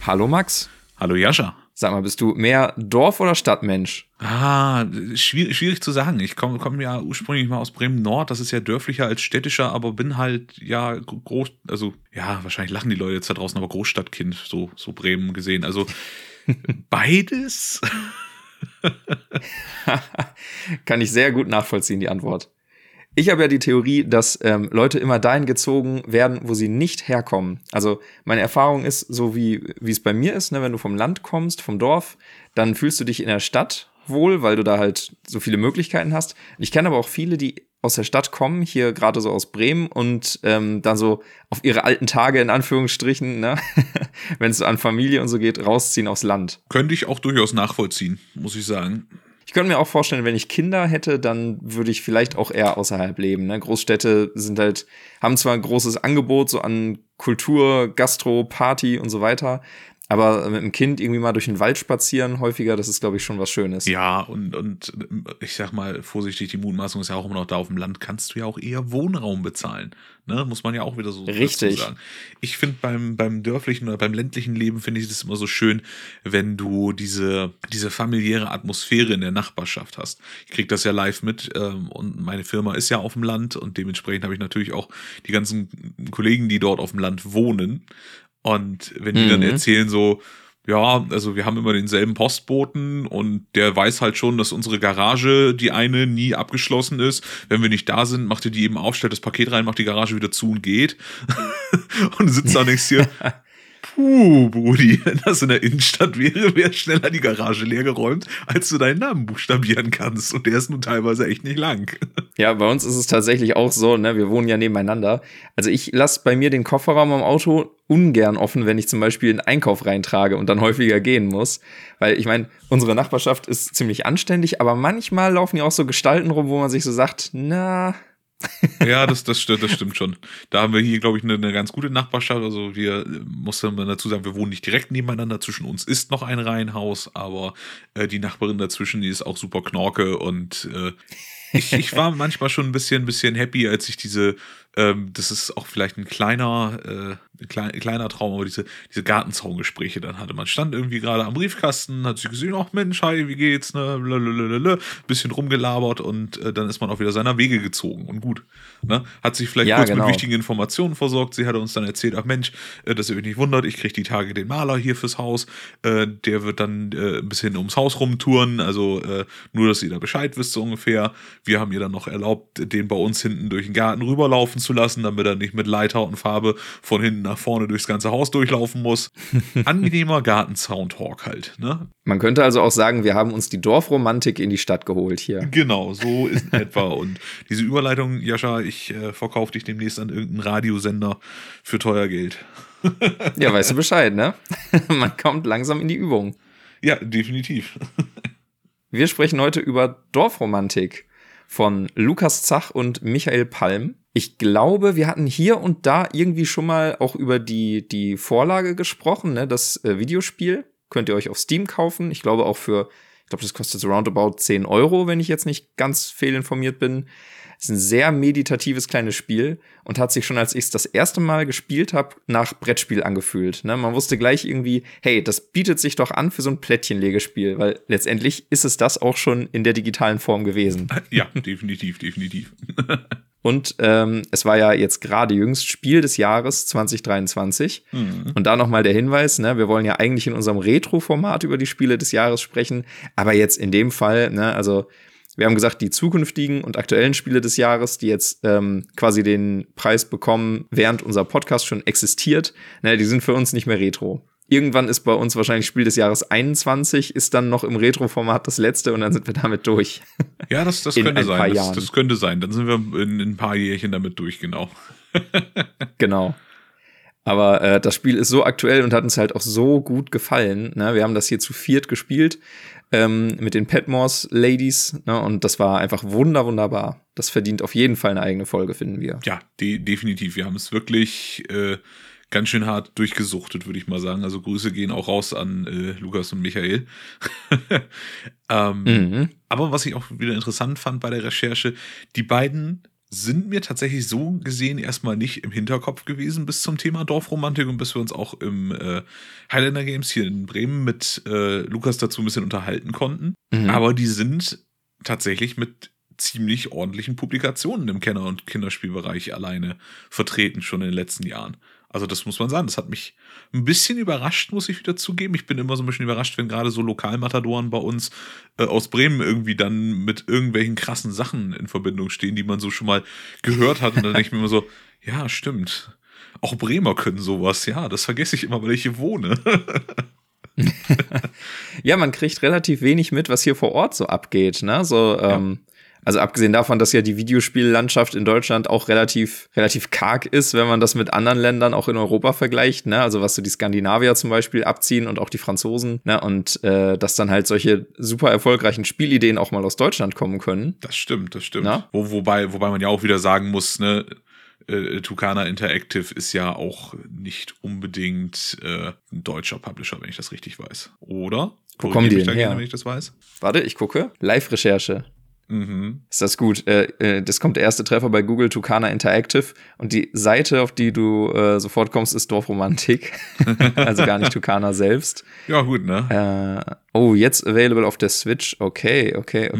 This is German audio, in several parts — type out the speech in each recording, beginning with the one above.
Hallo Max. Hallo Jascha. Sag mal, bist du mehr Dorf- oder Stadtmensch? Schwierig zu sagen. Ich komm ja ursprünglich mal aus Bremen-Nord. Das ist ja dörflicher als städtischer, aber bin halt ja groß, also ja, wahrscheinlich lachen die Leute jetzt da draußen, aber Großstadtkind, so Bremen gesehen. Also beides. Kann ich sehr gut nachvollziehen, die Antwort. Ich habe ja die Theorie, dass Leute immer dahin gezogen werden, wo sie nicht herkommen. Also meine Erfahrung ist, so wie es bei mir ist, ne, wenn du vom Land kommst, vom Dorf, dann fühlst du dich in der Stadt wohl, weil du da halt so viele Möglichkeiten hast. Ich kenne aber auch viele, die aus der Stadt kommen, hier gerade so aus Bremen und dann so auf ihre alten Tage in Anführungsstrichen, ne, wenn es so an Familie und so geht, rausziehen aufs Land. Könnte ich auch durchaus nachvollziehen, muss ich sagen. Ich könnte mir auch vorstellen, wenn ich Kinder hätte, dann würde ich vielleicht auch eher außerhalb leben. Ne? Großstädte haben zwar ein großes Angebot so an Kultur, Gastro, Party und so weiter, aber mit einem Kind irgendwie mal durch den Wald spazieren häufiger, das ist, glaube ich, schon was Schönes. Ja, und ich sag mal vorsichtig, die Mutmaßung ist ja auch immer noch da, auf dem Land kannst du ja auch eher Wohnraum bezahlen. Ne? Muss man ja auch wieder so Richtig dazu sagen. Ich finde beim dörflichen oder beim ländlichen Leben finde ich das immer so schön, wenn du diese familiäre Atmosphäre in der Nachbarschaft hast. Ich krieg das ja live mit und meine Firma ist ja auf dem Land und dementsprechend habe ich natürlich auch die ganzen Kollegen, die dort auf dem Land wohnen. Und wenn die dann erzählen so, ja, also wir haben immer denselben Postboten und der weiß halt schon, dass unsere Garage, die eine, nie abgeschlossen ist. Wenn wir nicht da sind, macht er die eben auf, stellt das Paket rein, macht die Garage wieder zu und geht. Und sitzt da nichts hier. Puh, Brudi, wenn das in der Innenstadt wäre schneller die Garage leer geräumt, als du deinen Namen buchstabieren kannst. Und der ist nun teilweise echt nicht lang. Ja, bei uns ist es tatsächlich auch so, ne, wir wohnen ja nebeneinander. Also ich lasse bei mir den Kofferraum am Auto ungern offen, wenn ich zum Beispiel einen Einkauf reintrage und dann häufiger gehen muss. Weil ich meine, unsere Nachbarschaft ist ziemlich anständig, aber manchmal laufen ja auch so Gestalten rum, wo man sich so sagt, na... Ja, das stimmt schon. Da haben wir hier, glaube ich, eine ganz gute Nachbarschaft. Also muss man dazu sagen, wir wohnen nicht direkt nebeneinander. Zwischen uns ist noch ein Reihenhaus, aber die Nachbarin dazwischen, die ist auch super Knorke und ich war manchmal schon ein bisschen happy, als ich das ist auch vielleicht ein kleiner Traum, aber diese Gartenzaungespräche dann hatte. Man stand irgendwie gerade am Briefkasten, hat sich gesehen, ach Mensch, hi, wie geht's, ne, blablabla, bisschen rumgelabert und dann ist man auch wieder seiner Wege gezogen und gut. Ne? Hat sich vielleicht kurz mit wichtigen Informationen versorgt. Sie hatte uns dann erzählt, ach Mensch, dass ihr euch nicht wundert, ich kriege die Tage den Maler hier fürs Haus, der wird dann ein bisschen ums Haus rumtouren, also nur, dass ihr da Bescheid wisst so ungefähr. Wir haben ihr dann noch erlaubt, den bei uns hinten durch den Garten rüberlaufen zu lassen, damit er nicht mit Leiter und Farbe von hinten nach vorne durchs ganze Haus durchlaufen muss. Angenehmer Gartenzaun-Talk halt, ne? Man könnte also auch sagen, wir haben uns die Dorfromantik in die Stadt geholt hier. Genau, so ist etwa. Und diese Überleitung, Jascha, ich verkaufe dich demnächst an irgendeinen Radiosender für teuer Geld. Ja, weißt du Bescheid, ne? Man kommt langsam in die Übung. Ja, definitiv. Wir sprechen heute über Dorfromantik von Lukas Zach und Michael Palm. Ich glaube, wir hatten hier und da irgendwie schon mal auch über die Vorlage gesprochen, ne? Das Videospiel könnt ihr euch auf Steam kaufen. Ich glaube auch das kostet so roundabout 10 €, wenn ich jetzt nicht ganz fehlinformiert bin. Es ist ein sehr meditatives kleines Spiel und hat sich schon, als ich es das erste Mal gespielt habe, nach Brettspiel angefühlt. Ne? Man wusste gleich irgendwie, hey, das bietet sich doch an für so ein Plättchenlegespiel, weil letztendlich ist es das auch schon in der digitalen Form gewesen. Ja, definitiv. Und es war ja jetzt gerade jüngst Spiel des Jahres 2023. Und da nochmal der Hinweis, ne, wir wollen ja eigentlich in unserem Retro-Format über die Spiele des Jahres sprechen, aber jetzt in dem Fall, ne, also wir haben gesagt, die zukünftigen und aktuellen Spiele des Jahres, die jetzt quasi den Preis bekommen, während unser Podcast schon existiert, ne, die sind für uns nicht mehr Retro. Irgendwann ist bei uns wahrscheinlich Spiel des Jahres 21, ist dann noch im Retro-Format das letzte und dann sind wir damit durch. Ja, das könnte sein. Das könnte sein. Dann sind wir in ein paar Jährchen damit durch, genau. Genau. Aber das Spiel ist so aktuell und hat uns halt auch so gut gefallen. Ne? Wir haben das hier zu viert gespielt mit den Petmores Ladies, ne? Und das war einfach wunderbar. Das verdient auf jeden Fall eine eigene Folge, finden wir. Ja, definitiv. Wir haben es wirklich ganz schön hart durchgesuchtet, würde ich mal sagen. Also Grüße gehen auch raus an Lukas und Michael. Aber was ich auch wieder interessant fand bei der Recherche, die beiden sind mir tatsächlich so gesehen erstmal nicht im Hinterkopf gewesen bis zum Thema Dorfromantik und bis wir uns auch im Highlander Games hier in Bremen mit Lukas dazu ein bisschen unterhalten konnten. Aber die sind tatsächlich mit ziemlich ordentlichen Publikationen im Kenner- und Kinderspielbereich alleine vertreten, schon in den letzten Jahren. Also das muss man sagen, das hat mich ein bisschen überrascht, muss ich wieder zugeben. Ich bin immer so ein bisschen überrascht, wenn gerade so Lokalmatadoren bei uns aus Bremen irgendwie dann mit irgendwelchen krassen Sachen in Verbindung stehen, die man so schon mal gehört hat. Und dann denke ich mir immer so, ja, stimmt. Auch Bremer können sowas. Ja, das vergesse ich immer, weil ich hier wohne. Ja, man kriegt relativ wenig mit, was hier vor Ort so abgeht, ne? So, also abgesehen davon, dass ja die Videospiellandschaft in Deutschland auch relativ karg ist, wenn man das mit anderen Ländern auch in Europa vergleicht, ne? Also was so die Skandinavier zum Beispiel abziehen und auch die Franzosen, ne? Und dass dann halt solche super erfolgreichen Spielideen auch mal aus Deutschland kommen können. Das stimmt. Wobei man ja auch wieder sagen muss, ne, Tucana Interactive ist ja auch nicht unbedingt ein deutscher Publisher, wenn ich das richtig weiß. Oder? Wo kommen die denn her? Gerne, wenn ich das weiß. Warte, ich gucke. Live-Recherche. Ist das gut? Das kommt der erste Treffer bei Google, Tucana Interactive. Und die Seite, auf die du sofort kommst, ist Dorfromantik. Also gar nicht Tucana selbst. Ja, gut, ne? Jetzt available auf der Switch. Okay.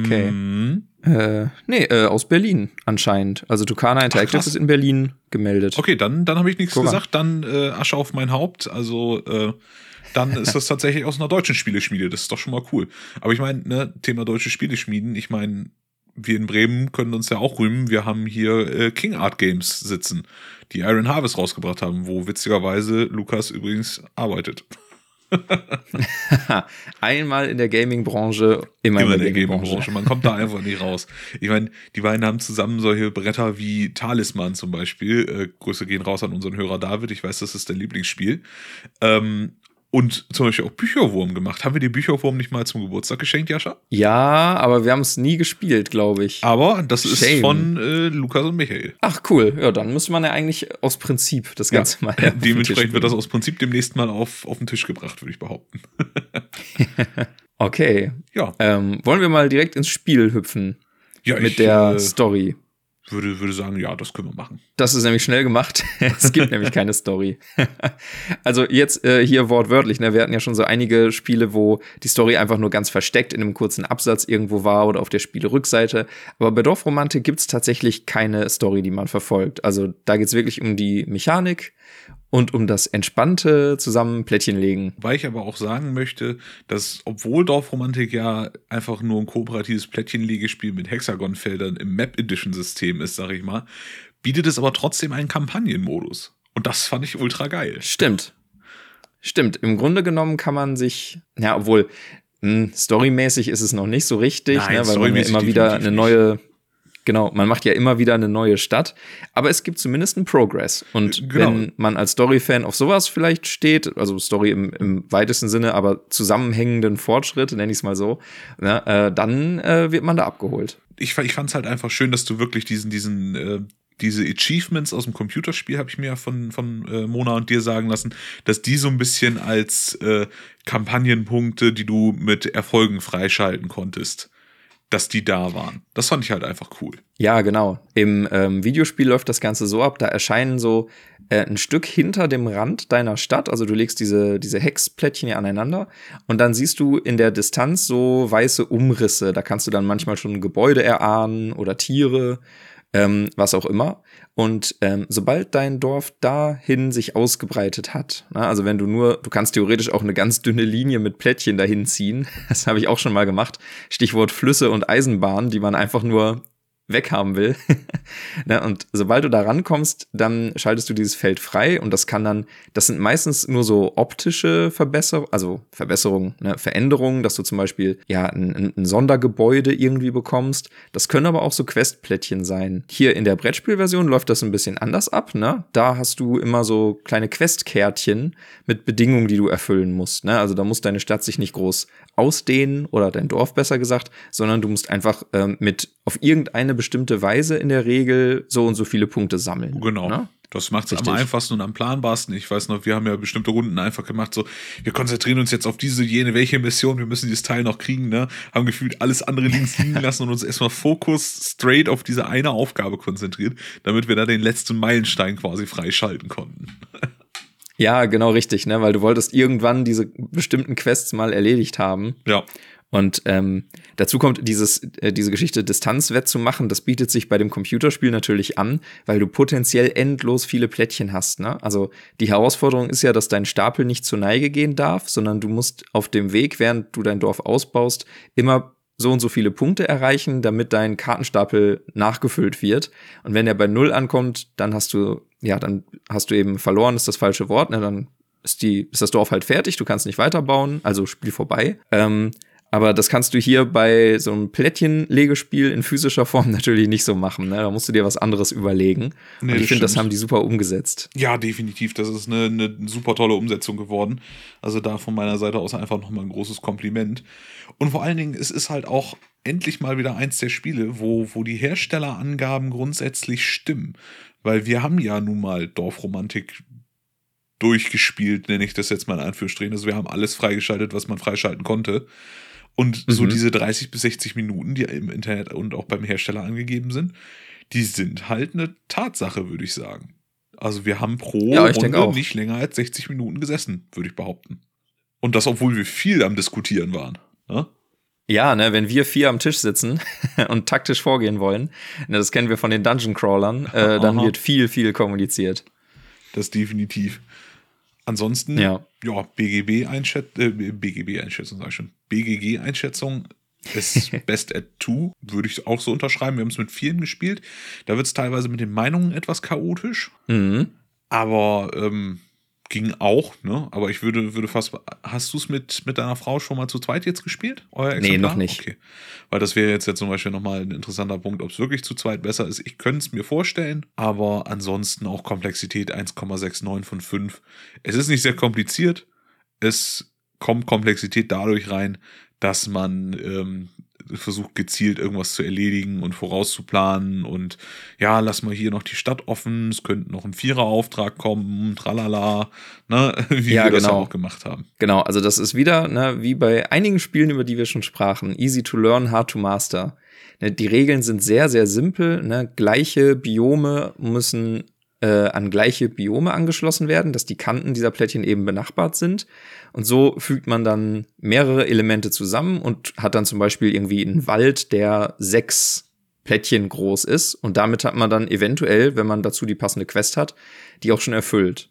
Aus Berlin anscheinend. Also Tucana Interactive ist in Berlin gemeldet. Okay, dann habe ich nichts gesagt. Dann Asche auf mein Haupt. Also dann ist das tatsächlich aus einer deutschen Spieleschmiede. Das ist doch schon mal cool. Aber ich meine, ne, Thema deutsche Spieleschmieden, ich meine, wir in Bremen können uns ja auch rühmen. Wir haben hier King Art Games sitzen, die Iron Harvest rausgebracht haben, wo witzigerweise Lukas übrigens arbeitet. Einmal in der Gaming-Branche, immer in der Gaming-Branche. Man kommt da einfach nicht raus. Ich meine, die beiden haben zusammen solche Bretter wie Talisman zum Beispiel. Grüße gehen raus an unseren Hörer David. Ich weiß, das ist dein Lieblingsspiel. Und zum Beispiel auch Bücherwurm gemacht. Haben wir dir Bücherwurm nicht mal zum Geburtstag geschenkt, Jascha? Ja, aber wir haben es nie gespielt, glaube ich. Aber das ist von Lukas und Michael. Ach, cool. Ja, dann müsste man ja eigentlich aus Prinzip das Ganze mal dementsprechend wird das aus Prinzip demnächst mal auf den Tisch gebracht, würde ich behaupten. Okay. Ja. Wollen wir mal direkt ins Spiel hüpfen? Ja, mit der Story. Würde sagen, ja, das können wir machen. Das ist nämlich schnell gemacht. Es gibt nämlich keine Story. Also jetzt hier wortwörtlich, ne? Wir hatten ja schon so einige Spiele, wo die Story einfach nur ganz versteckt in einem kurzen Absatz irgendwo war oder auf der Spielerückseite. Aber bei Dorfromantik gibt's tatsächlich keine Story, die man verfolgt. Also da geht's wirklich um die Mechanik und um das entspannte zusammen Plättchen legen. Wobei ich aber auch sagen möchte, dass obwohl Dorfromantik ja einfach nur ein kooperatives Plättchenlegespiel mit Hexagonfeldern im Map-Edition-System ist, sag ich mal, bietet es aber trotzdem einen Kampagnenmodus. Und das fand ich ultra geil. Stimmt. Im Grunde genommen kann man sich, ja, obwohl storymäßig ist es noch nicht so richtig, Nein, ne, weil man ja immer wieder eine neue... Genau, man macht ja immer wieder eine neue Stadt, aber es gibt zumindest einen Progress. Und wenn man als Story-Fan auf sowas vielleicht steht, also Story im weitesten Sinne, aber zusammenhängenden Fortschritt, nenne ich es mal so, ne, dann wird man da abgeholt. Ich fand's halt einfach schön, dass du wirklich diese Achievements aus dem Computerspiel, habe ich mir ja von Mona und dir sagen lassen, dass die so ein bisschen als Kampagnenpunkte, die du mit Erfolgen freischalten konntest, dass die da waren. Das fand ich halt einfach cool. Ja, genau. Im Videospiel läuft das Ganze so ab, da erscheinen so ein Stück hinter dem Rand deiner Stadt, also du legst diese Hexplättchen hier aneinander und dann siehst du in der Distanz so weiße Umrisse. Da kannst du dann manchmal schon Gebäude erahnen oder Tiere, was auch immer. Und sobald dein Dorf dahin sich ausgebreitet hat, na, also wenn du kannst theoretisch auch eine ganz dünne Linie mit Plättchen dahin ziehen, das habe ich auch schon mal gemacht, Stichwort Flüsse und Eisenbahnen, die man einfach nur weghaben will. Na, und sobald du da rankommst, dann schaltest du dieses Feld frei und das sind meistens nur so optische Verbesserungen, ne, Veränderungen, dass du zum Beispiel ja ein Sondergebäude irgendwie bekommst. Das können aber auch so Questplättchen sein. Hier in der Brettspielversion läuft das ein bisschen anders ab, ne? Da hast du immer so kleine Questkärtchen mit Bedingungen, die du erfüllen musst, ne? Also da muss deine Stadt sich nicht groß ausdehnen oder dein Dorf besser gesagt, sondern du musst einfach auf irgendeine bestimmte Weise in der Regel so und so viele Punkte sammeln. Genau. Ne? Das macht es am Richtig. einfachsten und am planbarsten. Ich weiß noch, wir haben ja bestimmte Runden einfach gemacht, so, wir konzentrieren uns jetzt auf welche Mission, wir müssen dieses Teil noch kriegen, ne? Haben gefühlt alles andere links liegen lassen und uns erstmal Fokus straight auf diese eine Aufgabe konzentriert, damit wir da den letzten Meilenstein quasi freischalten konnten. Ja, genau richtig, ne? Weil du wolltest irgendwann diese bestimmten Quests mal erledigt haben. Ja. Und dazu kommt diese Geschichte, Distanzwett zu machen, das bietet sich bei dem Computerspiel natürlich an, weil du potenziell endlos viele Plättchen hast, ne? Also die Herausforderung ist ja, dass dein Stapel nicht zur Neige gehen darf, sondern du musst auf dem Weg, während du dein Dorf ausbaust, immer so und so viele Punkte erreichen, damit dein Kartenstapel nachgefüllt wird. Und wenn er bei 0 ankommt, dann hast du eben verloren, ist das falsche Wort, ne? Dann ist das Dorf halt fertig, du kannst nicht weiterbauen, also Spiel vorbei. Aber das kannst du hier bei so einem Plättchenlegespiel in physischer Form natürlich nicht so machen, ne? Da musst du dir was anderes überlegen. Nee, und ich finde, das stimmt. haben die super umgesetzt. Ja, definitiv. Das ist eine super tolle Umsetzung geworden. Also da von meiner Seite aus einfach nochmal ein großes Kompliment. Und vor allen Dingen, es ist halt auch endlich mal wieder eins der Spiele, wo die Herstellerangaben grundsätzlich stimmen. Weil wir haben ja nun mal Dorfromantik durchgespielt, nenne ich das jetzt mal in Anführungsstrichen. Also wir haben alles freigeschaltet, was man freischalten konnte. Und so diese 30 bis 60 Minuten, die im Internet und auch beim Hersteller angegeben sind, die sind halt eine Tatsache, würde ich sagen. Also wir haben pro Runde nicht länger als 60 Minuten gesessen, würde ich behaupten. Und das, obwohl wir viel am Diskutieren waren. Ne? Ja, ne, wenn wir 4 am Tisch sitzen und taktisch vorgehen wollen, ne, das kennen wir von den Dungeon-Crawlern, dann wird viel kommuniziert. Das definitiv. Ansonsten, BGG-Einschätzung ist Best at 2, würde ich auch so unterschreiben. Wir haben es mit 4 gespielt. Da wird es teilweise mit den Meinungen etwas chaotisch. Aber ging auch, ne? Aber ich würde fast. Hast du es mit deiner Frau schon mal zu zweit jetzt gespielt? Euer Exemplar? Nee, noch nicht. Okay. Weil das wäre jetzt zum Beispiel nochmal ein interessanter Punkt, ob es wirklich zu zweit besser ist. Ich könnte es mir vorstellen, aber ansonsten auch Komplexität 1,69 von 5. Es ist nicht sehr kompliziert. Es kommt Komplexität dadurch rein, dass man versucht gezielt irgendwas zu erledigen und vorauszuplanen und ja, lass mal hier noch die Stadt offen, es könnte noch ein 4er-Auftrag kommen, tralala, ne, wie wir das ja auch gemacht haben. Genau, also das ist wieder, ne, wie bei einigen Spielen, über die wir schon sprachen, easy to learn, hard to master. Ne, die Regeln sind sehr, sehr simpel, ne, gleiche Biome müssen an gleiche Biome angeschlossen werden, dass die Kanten dieser Plättchen eben benachbart sind. Und so fügt man dann mehrere Elemente zusammen und hat dann zum Beispiel irgendwie einen Wald, der 6 Plättchen groß ist. Und damit hat man dann eventuell, wenn man dazu die passende Quest hat, die auch schon erfüllt.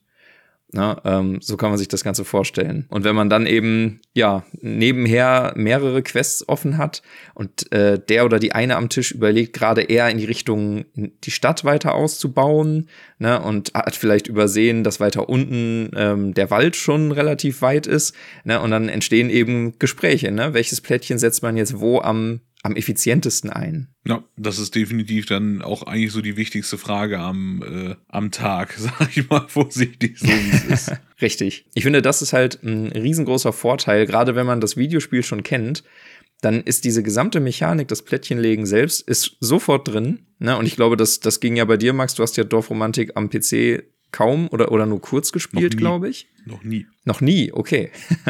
Na, so kann man sich das Ganze vorstellen. Und wenn man dann eben, ja, nebenher mehrere Quests offen hat und der oder die eine am Tisch überlegt, gerade eher in die Richtung, die Stadt weiter auszubauen, ne, und hat vielleicht übersehen, dass weiter unten der Wald schon relativ weit ist, ne, und dann entstehen eben Gespräche, ne, welches Plättchen setzt man jetzt wo am effizientesten ein. Ja, das ist definitiv dann auch eigentlich so die wichtigste Frage am Tag, sag ich mal vorsichtig, so wie es ist. Richtig. Ich finde, das ist halt ein riesengroßer Vorteil, gerade wenn man das Videospiel schon kennt, dann ist diese gesamte Mechanik, das Plättchenlegen selbst, ist sofort drin, ne? Und ich glaube, das ging ja bei dir, Max, du hast ja Dorfromantik am PC kaum oder nur kurz gespielt, glaube ich. Noch nie, okay.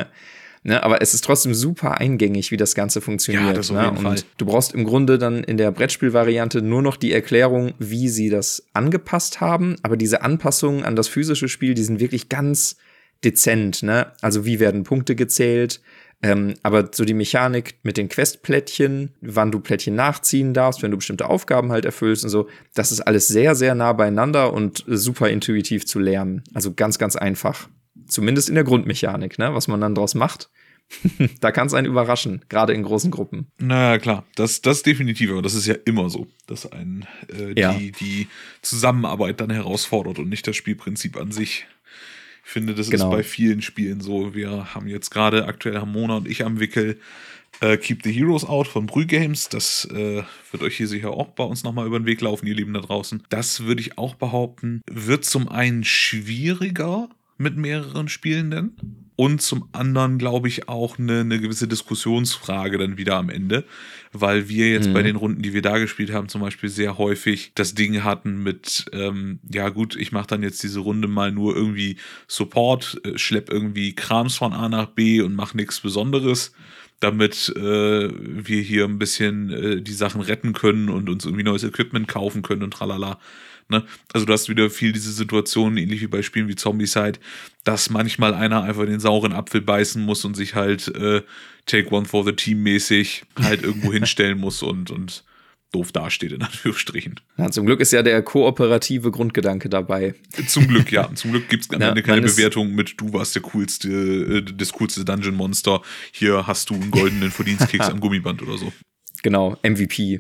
Ne, aber es ist trotzdem super eingängig, wie das Ganze funktioniert. Ja, das auf jeden Fall. Und du brauchst im Grunde dann in der Brettspielvariante nur noch die Erklärung, wie sie das angepasst haben. Aber diese Anpassungen an das physische Spiel, die sind wirklich ganz dezent. Ne? Also wie werden Punkte gezählt? Aber so die Mechanik mit den Questplättchen, wann du Plättchen nachziehen darfst, wenn du bestimmte Aufgaben halt erfüllst und so, das ist alles sehr, sehr nah beieinander und super intuitiv zu lernen. Also ganz, ganz einfach. Zumindest in der Grundmechanik, ne? Was man dann draus macht. Da kann es einen überraschen, gerade in großen Gruppen. Na klar, das definitiv, aber das ist ja immer so, dass einen die Zusammenarbeit dann herausfordert und nicht das Spielprinzip an sich. Ich finde, das ist bei vielen Spielen so. Wir haben jetzt gerade aktuell Mona und ich am Wickel Keep the Heroes Out von Brü Games. Das wird euch hier sicher auch bei uns nochmal über den Weg laufen, ihr Lieben da draußen. Das würde ich auch behaupten, wird zum einen schwieriger mit mehreren Spielenden Und zum anderen, glaube ich, auch eine gewisse Diskussionsfrage dann wieder am Ende, weil wir jetzt bei den Runden, die wir da gespielt haben, zum Beispiel sehr häufig das Ding hatten mit, ja gut, ich mache dann jetzt diese Runde mal nur irgendwie Support, schlepp irgendwie Krams von A nach B und mach nichts Besonderes, damit wir hier ein bisschen die Sachen retten können und uns irgendwie neues Equipment kaufen können und tralala. Ne? Also du hast wieder viel diese Situation, ähnlich wie bei Spielen wie Zombicide, dass manchmal einer einfach den sauren Apfel beißen muss und sich halt Take One for the Team mäßig halt irgendwo hinstellen muss und doof dasteht, in Anführungsstrichen. Ja, zum Glück ist ja der kooperative Grundgedanke dabei. Zum Glück, ja. Zum Glück gibt es am Ende keine Bewertung mit du warst das coolste Dungeon-Monster, hier hast du einen goldenen Verdienstkeks am Gummiband oder so. Genau, MVP.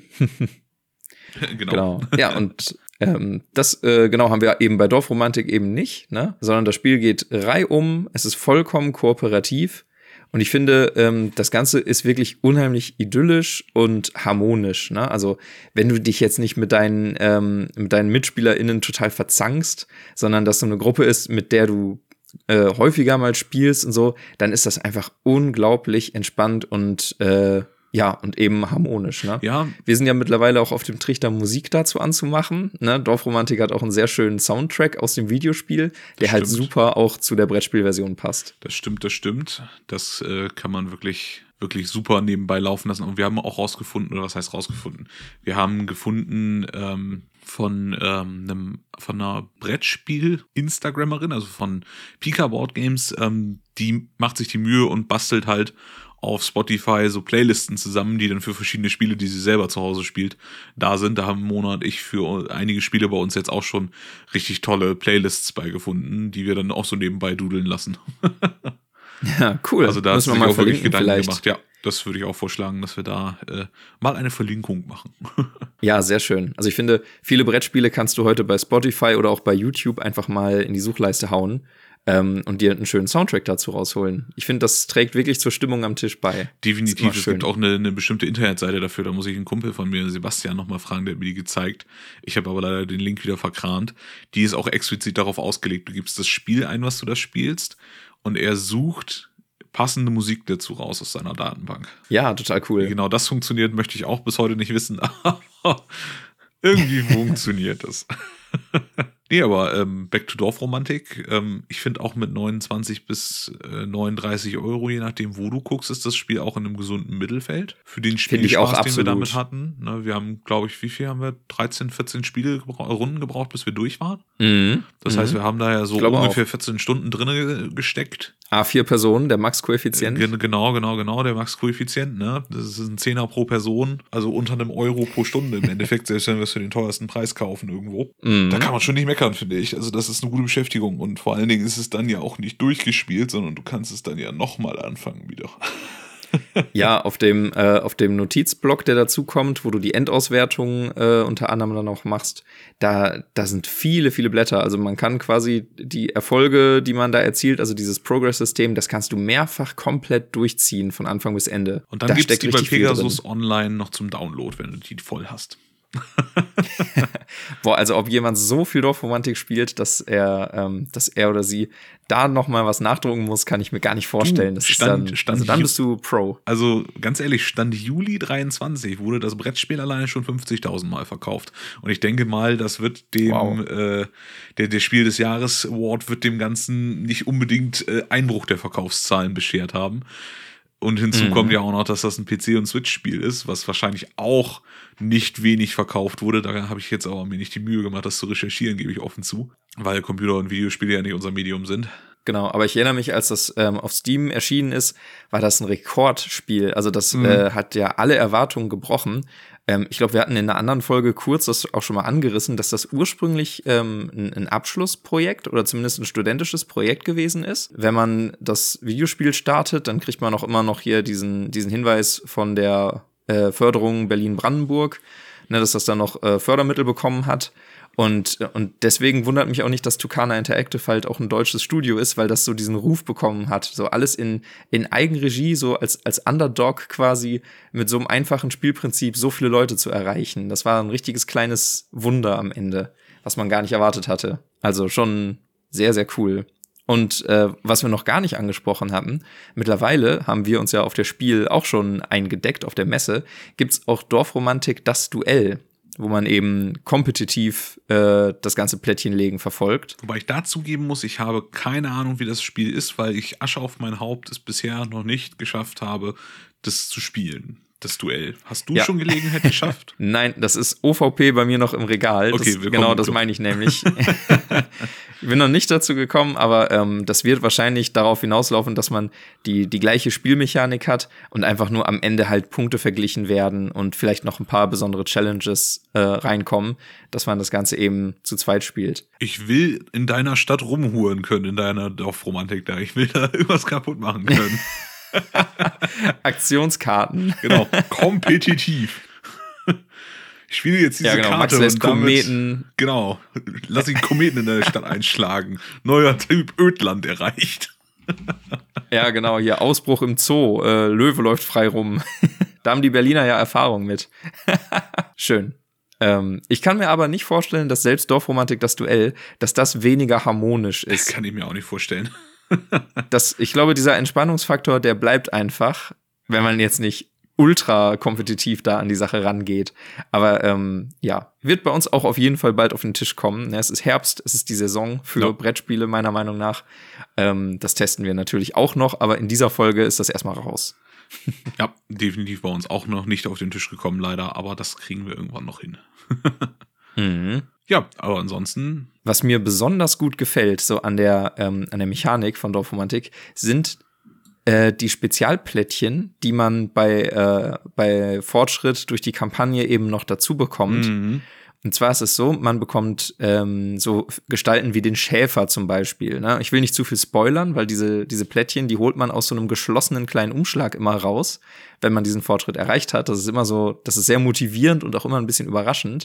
Genau. Ja, und das haben wir eben bei Dorfromantik eben nicht, ne? Sondern das Spiel geht reihum, es ist vollkommen kooperativ und ich finde, das Ganze ist wirklich unheimlich idyllisch und harmonisch, ne? Also wenn du dich jetzt nicht mit deinen MitspielerInnen total verzangst, sondern dass so eine Gruppe ist, mit der du häufiger mal spielst und so, dann ist das einfach unglaublich entspannt und und eben harmonisch, ne? Ja. Wir sind ja mittlerweile auch auf dem Trichter, Musik dazu anzumachen, ne? Dorfromantik hat auch einen sehr schönen Soundtrack aus dem Videospiel, der halt super auch zu der Brettspielversion passt. Das stimmt. Das kann man wirklich super nebenbei laufen lassen. Und wir haben auch rausgefunden, oder was heißt rausgefunden? Wir haben gefunden von einer Brettspiel-Instagrammerin, also von Pika Board Games, die macht sich die Mühe und bastelt halt auf Spotify so Playlisten zusammen, die dann für verschiedene Spiele, die sie selber zu Hause spielt, da sind. Da haben Mona und ich für einige Spiele bei uns jetzt auch schon richtig tolle Playlists beigefunden, die wir dann auch so nebenbei dudeln lassen. Ja, cool. Also da hast du dir auch wirklich Gedanken gemacht. Ja, das würde ich auch vorschlagen, dass wir da mal eine Verlinkung machen. Ja, sehr schön. Also ich finde, viele Brettspiele kannst du heute bei Spotify oder auch bei YouTube einfach mal in die Suchleiste hauen. Und dir einen schönen Soundtrack dazu rausholen. Ich finde, das trägt wirklich zur Stimmung am Tisch bei. Definitiv, es gibt auch eine bestimmte Internetseite dafür, da muss ich einen Kumpel von mir, Sebastian, nochmal fragen, der hat mir die gezeigt. Ich habe aber leider den Link wieder verkrant. Die ist auch explizit darauf ausgelegt, du gibst das Spiel ein, was du da spielst, und er sucht passende Musik dazu raus aus seiner Datenbank. Ja, total cool. Wie genau das funktioniert, möchte ich auch bis heute nicht wissen, aber irgendwie funktioniert das. Nee, aber back to Dorfromantik. Ich finde auch mit 29 bis 39 Euro, je nachdem, wo du guckst, ist das Spiel auch in einem gesunden Mittelfeld. Für den Spielspaß, den wir damit hatten. Ne, wir haben, glaube ich, wie viel haben wir? 13, 14 Runden gebraucht, bis wir durch waren. Das heißt, wir haben da ja so ungefähr 14 Stunden drin gesteckt. A4 Personen, der Max-Koeffizient. Genau, der Max-Koeffizient. Ne? Das ist ein Zehner pro Person, also unter einem Euro pro Stunde im Endeffekt, selbst wenn wir es für den teuersten Preis kaufen irgendwo. Da kann man schon nicht meckern, finde ich. Also das ist eine gute Beschäftigung und vor allen Dingen ist es dann ja auch nicht durchgespielt, sondern du kannst es dann ja nochmal anfangen wieder. Ja, auf dem Notizblock, der dazu kommt, wo du die Endauswertung unter anderem dann auch machst, da sind viele, viele Blätter. Also man kann quasi die Erfolge, die man da erzielt, also dieses Progress-System, das kannst du mehrfach komplett durchziehen von Anfang bis Ende. Und dann gibt es die bei Pegasus Online noch zum Download, wenn du die voll hast. Boah, also ob jemand so viel Dorfromantik spielt, dass er oder sie da noch mal was nachdrucken muss, kann ich mir gar nicht vorstellen. Dann bist du Pro. Also ganz ehrlich, Stand Juli 23 wurde das Brettspiel alleine schon 50.000 Mal verkauft. Und ich denke mal, das wird dem der Spiel des Jahres Award wird dem Ganzen nicht unbedingt Einbruch der Verkaufszahlen beschert haben. Und hinzu kommt ja auch noch, dass das ein PC- und Switch-Spiel ist, was wahrscheinlich auch nicht wenig verkauft wurde. Da habe ich jetzt aber mir nicht die Mühe gemacht, das zu recherchieren, gebe ich offen zu. Weil Computer- und Videospiele ja nicht unser Medium sind. Genau, aber ich erinnere mich, als das auf Steam erschienen ist, war das ein Rekordspiel. Also das hat ja alle Erwartungen gebrochen. Ich glaube, wir hatten in einer anderen Folge kurz das auch schon mal angerissen, dass das ursprünglich ein Abschlussprojekt oder zumindest ein studentisches Projekt gewesen ist. Wenn man das Videospiel startet, dann kriegt man auch immer noch hier diesen Hinweis von der Förderung Berlin-Brandenburg, ne, dass das dann noch Fördermittel bekommen hat. Und deswegen wundert mich auch nicht, dass Tucana Interactive halt auch ein deutsches Studio ist, weil das so diesen Ruf bekommen hat, so alles in Eigenregie, so als Underdog quasi mit so einem einfachen Spielprinzip so viele Leute zu erreichen. Das war ein richtiges kleines Wunder am Ende, was man gar nicht erwartet hatte. Also schon sehr, sehr cool. Und was wir noch gar nicht angesprochen hatten, mittlerweile haben wir uns ja auf der Spiel auch schon eingedeckt, auf der Messe, gibt's auch Dorfromantik das Duell, wo man eben kompetitiv das ganze Plättchenlegen verfolgt. Wobei ich da zugeben muss, ich habe keine Ahnung, wie das Spiel ist, weil ich Asche auf mein Haupt es bisher noch nicht geschafft habe, das zu spielen. Das Duell. Hast du schon Gelegenheit geschafft? Nein, das ist OVP bei mir noch im Regal. Okay, genau, das meine ich nämlich. Ich bin noch nicht dazu gekommen, aber das wird wahrscheinlich darauf hinauslaufen, dass man die gleiche Spielmechanik hat und einfach nur am Ende halt Punkte verglichen werden und vielleicht noch ein paar besondere Challenges reinkommen, dass man das Ganze eben zu zweit spielt. Ich will in deiner Stadt rumhuren können, in deiner Dorfromantik da. Ich will da irgendwas kaputt machen können. Aktionskarten. Genau, kompetitiv. Ich spiele jetzt diese Karte Max lässt Kometen. Genau, lass ich Kometen in der Stadt einschlagen. Neuer Typ Ödland erreicht. Ja, genau, hier Ausbruch im Zoo. Löwe läuft frei rum. Da haben die Berliner ja Erfahrung mit. Schön. Ich kann mir aber nicht vorstellen, dass selbst Dorfromantik das Duell, dass das weniger harmonisch ist. Das kann ich mir auch nicht vorstellen. Ich glaube, dieser Entspannungsfaktor, der bleibt einfach, wenn man jetzt nicht ultra kompetitiv da an die Sache rangeht. Aber wird bei uns auch auf jeden Fall bald auf den Tisch kommen. Es ist Herbst, es ist die Saison für Brettspiele, meiner Meinung nach. Das testen wir natürlich auch noch, aber in dieser Folge ist das erstmal raus. Ja, definitiv bei uns auch noch nicht auf den Tisch gekommen, leider, aber das kriegen wir irgendwann noch hin. Mhm. Ja, aber ansonsten. Was mir besonders gut gefällt, so an der Mechanik von Dorfromantik, sind die Spezialplättchen, die man bei Fortschritt durch die Kampagne eben noch dazu bekommt. Mhm. Und zwar ist es so, man bekommt so Gestalten wie den Schäfer zum Beispiel. Ne? Ich will nicht zu viel spoilern, weil diese Plättchen, die holt man aus so einem geschlossenen kleinen Umschlag immer raus, wenn man diesen Fortschritt erreicht hat. Das ist immer so, das ist sehr motivierend und auch immer ein bisschen überraschend.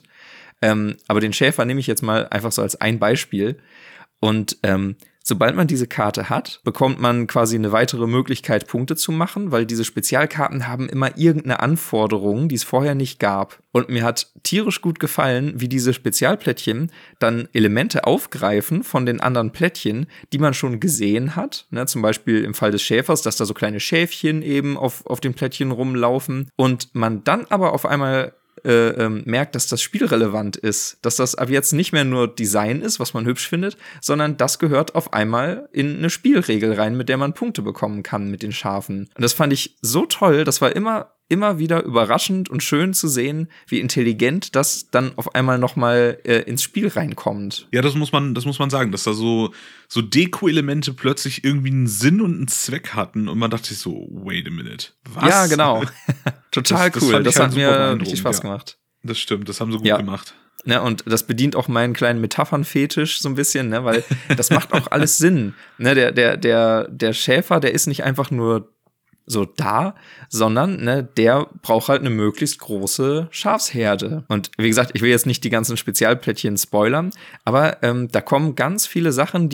Aber den Schäfer nehme ich jetzt mal einfach so als ein Beispiel. Und sobald man diese Karte hat, bekommt man quasi eine weitere Möglichkeit, Punkte zu machen, weil diese Spezialkarten haben immer irgendeine Anforderung, die es vorher nicht gab. Und mir hat tierisch gut gefallen, wie diese Spezialplättchen dann Elemente aufgreifen von den anderen Plättchen, die man schon gesehen hat. Ne, zum Beispiel im Fall des Schäfers, dass da so kleine Schäfchen eben auf den Plättchen rumlaufen. Und man dann aber auf einmal merkt, dass das spielrelevant ist, dass das ab jetzt nicht mehr nur Design ist, was man hübsch findet, sondern das gehört auf einmal in eine Spielregel rein, mit der man Punkte bekommen kann mit den Schafen. Und das fand ich so toll, das war immer wieder überraschend und schön zu sehen, wie intelligent das dann auf einmal noch mal ins Spiel reinkommt. Ja, das muss man sagen, dass da so Deko-Elemente plötzlich irgendwie einen Sinn und einen Zweck hatten und man dachte sich so, wait a minute, was? Ja, genau. Total cool. Das hat mir richtig Spaß gemacht. Das stimmt, das haben sie gut gemacht. Ne, und das bedient auch meinen kleinen Metaphern-Fetisch so ein bisschen, ne, weil das macht auch alles Sinn. Ne, der Schäfer, der ist nicht einfach nur so da, sondern ne, der braucht halt eine möglichst große Schafsherde. Und wie gesagt, ich will jetzt nicht die ganzen Spezialplättchen spoilern, aber da kommen ganz viele Sachen,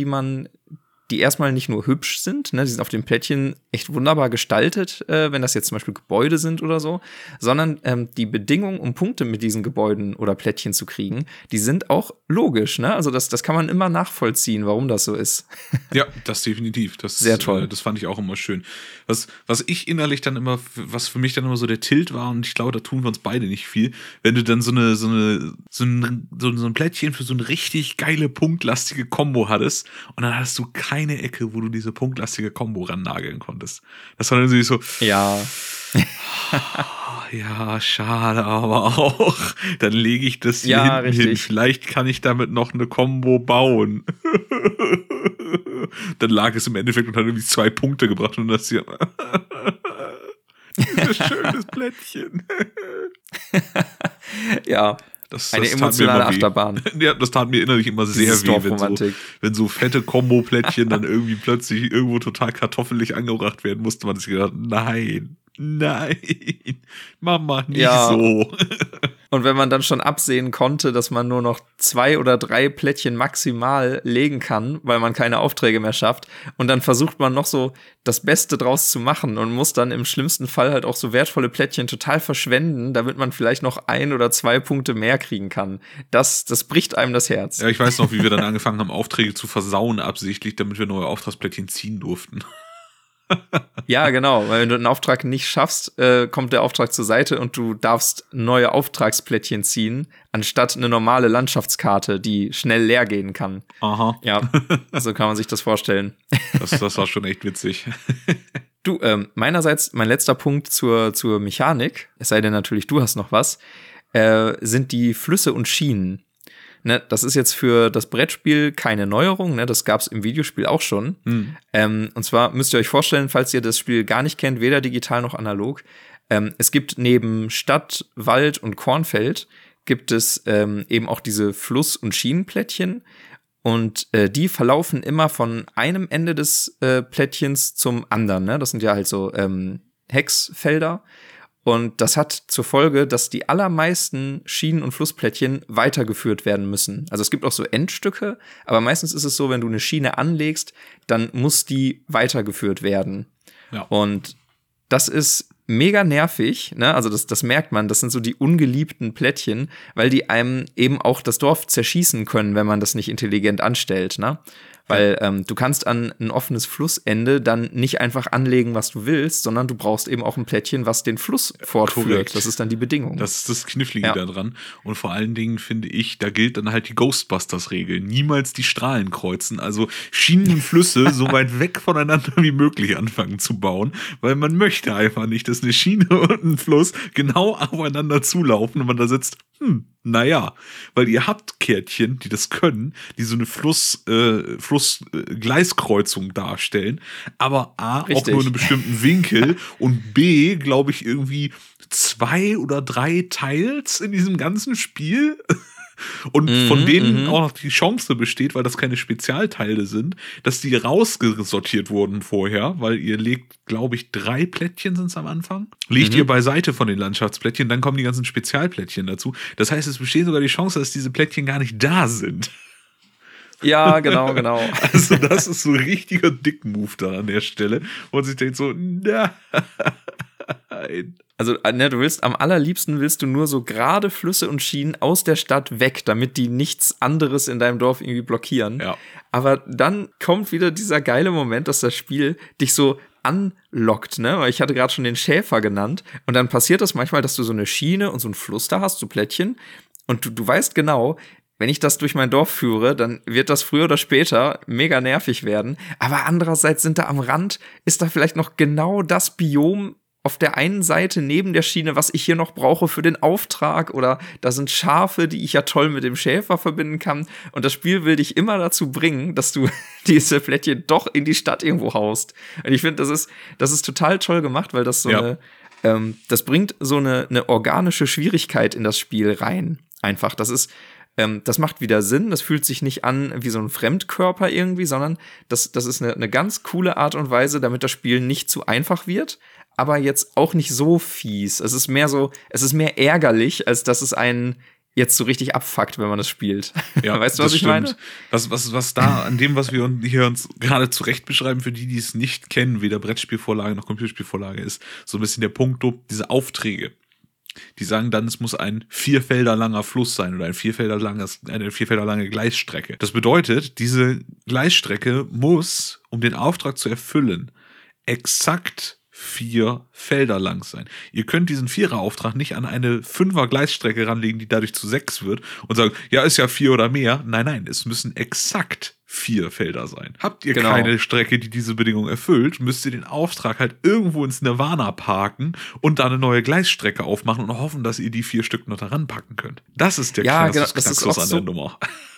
die erstmal nicht nur hübsch sind, ne, die sind auf dem Plättchen echt wunderbar gestaltet, wenn das jetzt zum Beispiel Gebäude sind oder so, sondern die Bedingungen, um Punkte mit diesen Gebäuden oder Plättchen zu kriegen, die sind auch logisch, ne? Also das kann man immer nachvollziehen, warum das so ist. Ja, das definitiv. Das sehr toll. Das fand ich auch immer schön. Was ich innerlich dann immer, was für mich dann immer so der Tilt war, und ich glaube, da tun wir uns beide nicht viel, wenn du dann so ein Plättchen für so eine richtig geile punktlastige Kombo hattest und dann hattest du keine Ecke, wo du diese punktlastige Kombo rannageln konntest. Das war dann irgendwie so. Ja. Ja, schade, aber auch. Dann lege ich das hier hinten hin. Vielleicht kann ich damit noch eine Kombo bauen. Dann lag es im Endeffekt und hat irgendwie 2 Punkte gebracht und das hier. Dieses schönes Plättchen. Ja. Eine emotionale Achterbahn. Ja, das tat mir innerlich immer sehr weh, wenn so fette Kombo-Plättchen dann irgendwie plötzlich irgendwo total kartoffelig angebracht werden, musste man sich gedacht, nein, Mama, nicht so. Und wenn man dann schon absehen konnte, dass man nur noch 2 oder 3 Plättchen maximal legen kann, weil man keine Aufträge mehr schafft, und dann versucht man noch so das Beste draus zu machen und muss dann im schlimmsten Fall halt auch so wertvolle Plättchen total verschwenden, damit man vielleicht noch 1 oder 2 Punkte mehr kriegen kann. Das bricht einem das Herz. Ja, ich weiß noch, wie wir dann angefangen haben, Aufträge zu versauen absichtlich, damit wir neue Auftragsplättchen ziehen durften. Ja, genau, weil wenn du einen Auftrag nicht schaffst, kommt der Auftrag zur Seite und du darfst neue Auftragsplättchen ziehen, anstatt eine normale Landschaftskarte, die schnell leer gehen kann. Aha. Ja, so kann man sich das vorstellen. Das war schon echt witzig. Du, meinerseits, mein letzter Punkt zur Mechanik, es sei denn natürlich, du hast noch was, sind die Flüsse und Schienen. Ne, das ist jetzt für das Brettspiel keine Neuerung, ne, das gab's im Videospiel auch schon. Und zwar müsst ihr euch vorstellen, falls ihr das Spiel gar nicht kennt, weder digital noch analog, es gibt neben Stadt, Wald und Kornfeld gibt es eben auch diese Fluss- und Schienenplättchen. Und die verlaufen immer von einem Ende des Plättchens zum anderen. Ne? Das sind ja halt so Hexfelder. Und das hat zur Folge, dass die allermeisten Schienen- und Flussplättchen weitergeführt werden müssen. Also es gibt auch so Endstücke, aber meistens ist es so, wenn du eine Schiene anlegst, dann muss die weitergeführt werden. Ja. Und das ist mega nervig, ne? Also das merkt man, das sind so die ungeliebten Plättchen, weil die einem eben auch das Dorf zerschießen können, wenn man das nicht intelligent anstellt, ne? Weil du kannst an ein offenes Flussende dann nicht einfach anlegen, was du willst, sondern du brauchst eben auch ein Plättchen, was den Fluss fortführt. Korrekt. Das ist dann die Bedingung. Das ist das Knifflige daran. Und vor allen Dingen finde ich, da gilt dann halt die Ghostbusters-Regel. Niemals die Strahlen kreuzen. Also Schienen und Flüsse so weit weg voneinander wie möglich anfangen zu bauen, weil man möchte einfach nicht, dass eine Schiene und ein Fluss genau aufeinander zulaufen und man da sitzt, naja, weil ihr habt Kärtchen, die das können, die so eine Fluss-Gleiskreuzung darstellen, aber A, Richtig. auch nur in einem bestimmten Winkel und B, glaube ich, irgendwie 2 oder 3 Teils in diesem ganzen Spiel. Und von denen auch noch die Chance besteht, weil das keine Spezialteile sind, dass die rausgesortiert wurden vorher, weil ihr legt, glaube ich, 3 Plättchen sind es am Anfang. Legt ihr beiseite von den Landschaftsplättchen, dann kommen die ganzen Spezialplättchen dazu. Das heißt, es besteht sogar die Chance, dass diese Plättchen gar nicht da sind. Ja, genau. Also das ist so ein richtiger Dick-Move da an der Stelle. Und sich denkt so, nein. Also, ne, am allerliebsten willst du nur so gerade Flüsse und Schienen aus der Stadt weg, damit die nichts anderes in deinem Dorf irgendwie blockieren. Ja. Aber dann kommt wieder dieser geile Moment, dass das Spiel dich so anlockt, ne? Weil ich hatte gerade schon den Schäfer genannt. Und dann passiert das manchmal, dass du so eine Schiene und so einen Fluss da hast, so Plättchen. Und du weißt genau, wenn ich das durch mein Dorf führe, dann wird das früher oder später mega nervig werden. Aber andererseits ist da vielleicht noch genau das Biom auf der einen Seite neben der Schiene, was ich hier noch brauche für den Auftrag, oder da sind Schafe, die ich ja toll mit dem Schäfer verbinden kann. Und das Spiel will dich immer dazu bringen, dass du diese Plättchen doch in die Stadt irgendwo haust. Und ich finde, das ist total toll gemacht, weil das das bringt so eine organische Schwierigkeit in das Spiel rein. Einfach, das macht wieder Sinn, das fühlt sich nicht an wie so ein Fremdkörper irgendwie, sondern das ist eine ganz coole Art und Weise, damit das Spiel nicht zu einfach wird, aber jetzt auch nicht so fies. Es ist mehr ärgerlich, als dass es einen jetzt so richtig abfuckt, wenn man das spielt. Ja, weißt du, was ich meine? Was da an dem, was wir hier uns gerade zurecht beschreiben, für die es nicht kennen, weder Brettspielvorlage noch Computerspielvorlage ist, so ein bisschen der Punkt, diese Aufträge. Die sagen dann, es muss ein 4 Felder langer Fluss sein oder eine 4 Felder lange Gleisstrecke. Das bedeutet, diese Gleisstrecke muss, um den Auftrag zu erfüllen, exakt 4 Felder lang sein. Ihr könnt diesen 4er-Auftrag nicht an eine 5er Gleisstrecke ranlegen, die dadurch zu 6 wird und sagen, ja, ist ja 4 oder mehr. Nein, es müssen exakt 4 Felder sein. Habt ihr keine Strecke, die diese Bedingung erfüllt, müsst ihr den Auftrag halt irgendwo ins Nirvana parken und da eine neue Gleisstrecke aufmachen und hoffen, dass ihr die 4 Stück noch daran packen könnt. Das ist der Knaxus an der Nummer.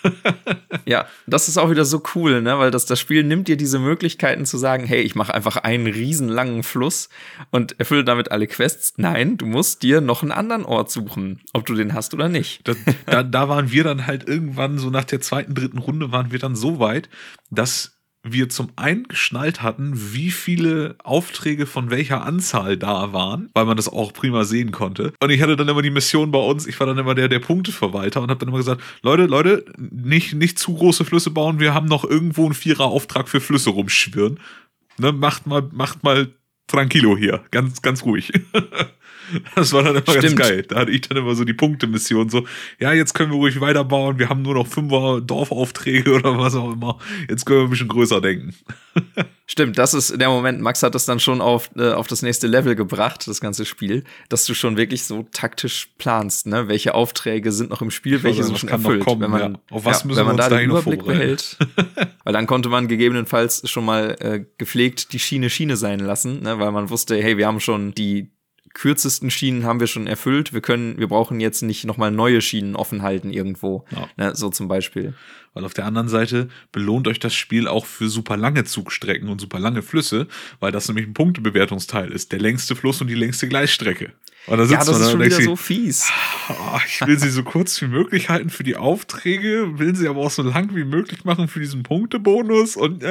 Ja, das ist auch wieder so cool, ne? Weil das Spiel nimmt dir diese Möglichkeiten zu sagen, hey, ich mache einfach einen riesenlangen Fluss und erfülle damit alle Quests. Nein, du musst dir noch einen anderen Ort suchen, ob du den hast oder nicht. Da waren wir dann halt irgendwann so nach der 2., 3. Runde waren wir dann so weit, dass wir zum einen geschnallt hatten, wie viele Aufträge von welcher Anzahl da waren, weil man das auch prima sehen konnte. Und ich hatte dann immer die Mission bei uns, ich war dann immer der Punkteverwalter und habe dann immer gesagt, Leute, nicht zu große Flüsse bauen, wir haben noch irgendwo einen 4er-Auftrag für Flüsse rumschwirren. Ne, macht mal tranquilo hier, ganz, ganz ruhig. Das war dann immer ganz geil. Da hatte ich dann immer so die Punktemission so, ja, jetzt können wir ruhig weiterbauen, wir haben nur noch 5er Dorfaufträge oder was auch immer. Jetzt können wir ein bisschen größer denken. Stimmt, das ist der Moment, Max hat das dann schon auf das nächste Level gebracht, das ganze Spiel, dass du schon wirklich so taktisch planst, ne? Welche Aufträge sind noch im Spiel, welche sind schon erfüllt. Noch kommen, wenn man, ja. Auf was müssen wir uns da da den Überblick vorbereiten? behält. Weil dann konnte man gegebenenfalls schon mal gepflegt die Schiene sein lassen, ne? Weil man wusste, hey, wir haben schon die kürzesten Schienen haben wir schon erfüllt. Wir brauchen jetzt nicht nochmal neue Schienen offen halten irgendwo. Ja. Ne, so zum Beispiel. Weil auf der anderen Seite belohnt euch das Spiel auch für super lange Zugstrecken und super lange Flüsse, weil das nämlich ein Punktebewertungsteil ist. Der längste Fluss und die längste Gleisstrecke. Und da sitzt das ist schon wieder sie, so fies. Ich will sie so kurz wie möglich halten für die Aufträge, will sie aber auch so lang wie möglich machen für diesen Punktebonus und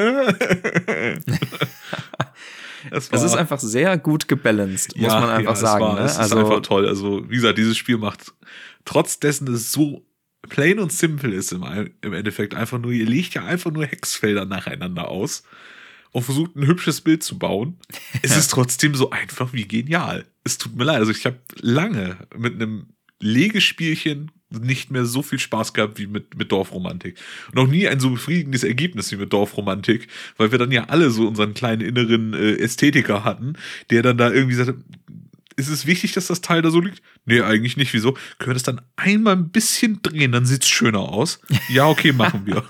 Es ist einfach sehr gut gebalanced, muss man einfach sagen. Es ist einfach toll. Also, wie gesagt, dieses Spiel macht, trotz dessen es so plain und simple ist im Endeffekt einfach nur, ihr legt ja einfach nur Hexfelder nacheinander aus und versucht ein hübsches Bild zu bauen. Es ist trotzdem so einfach wie genial. Es tut mir leid. Also, ich habe lange mit einem Legespielchen nicht mehr so viel Spaß gehabt wie mit Dorfromantik. Und noch nie ein so befriedigendes Ergebnis wie mit Dorfromantik, weil wir dann ja alle so unseren kleinen inneren Ästhetiker hatten, der dann da irgendwie sagte, ist es wichtig, dass das Teil da so liegt? Nee, eigentlich nicht. Wieso? Können wir das dann einmal ein bisschen drehen, dann sieht's schöner aus? Ja, okay, machen wir.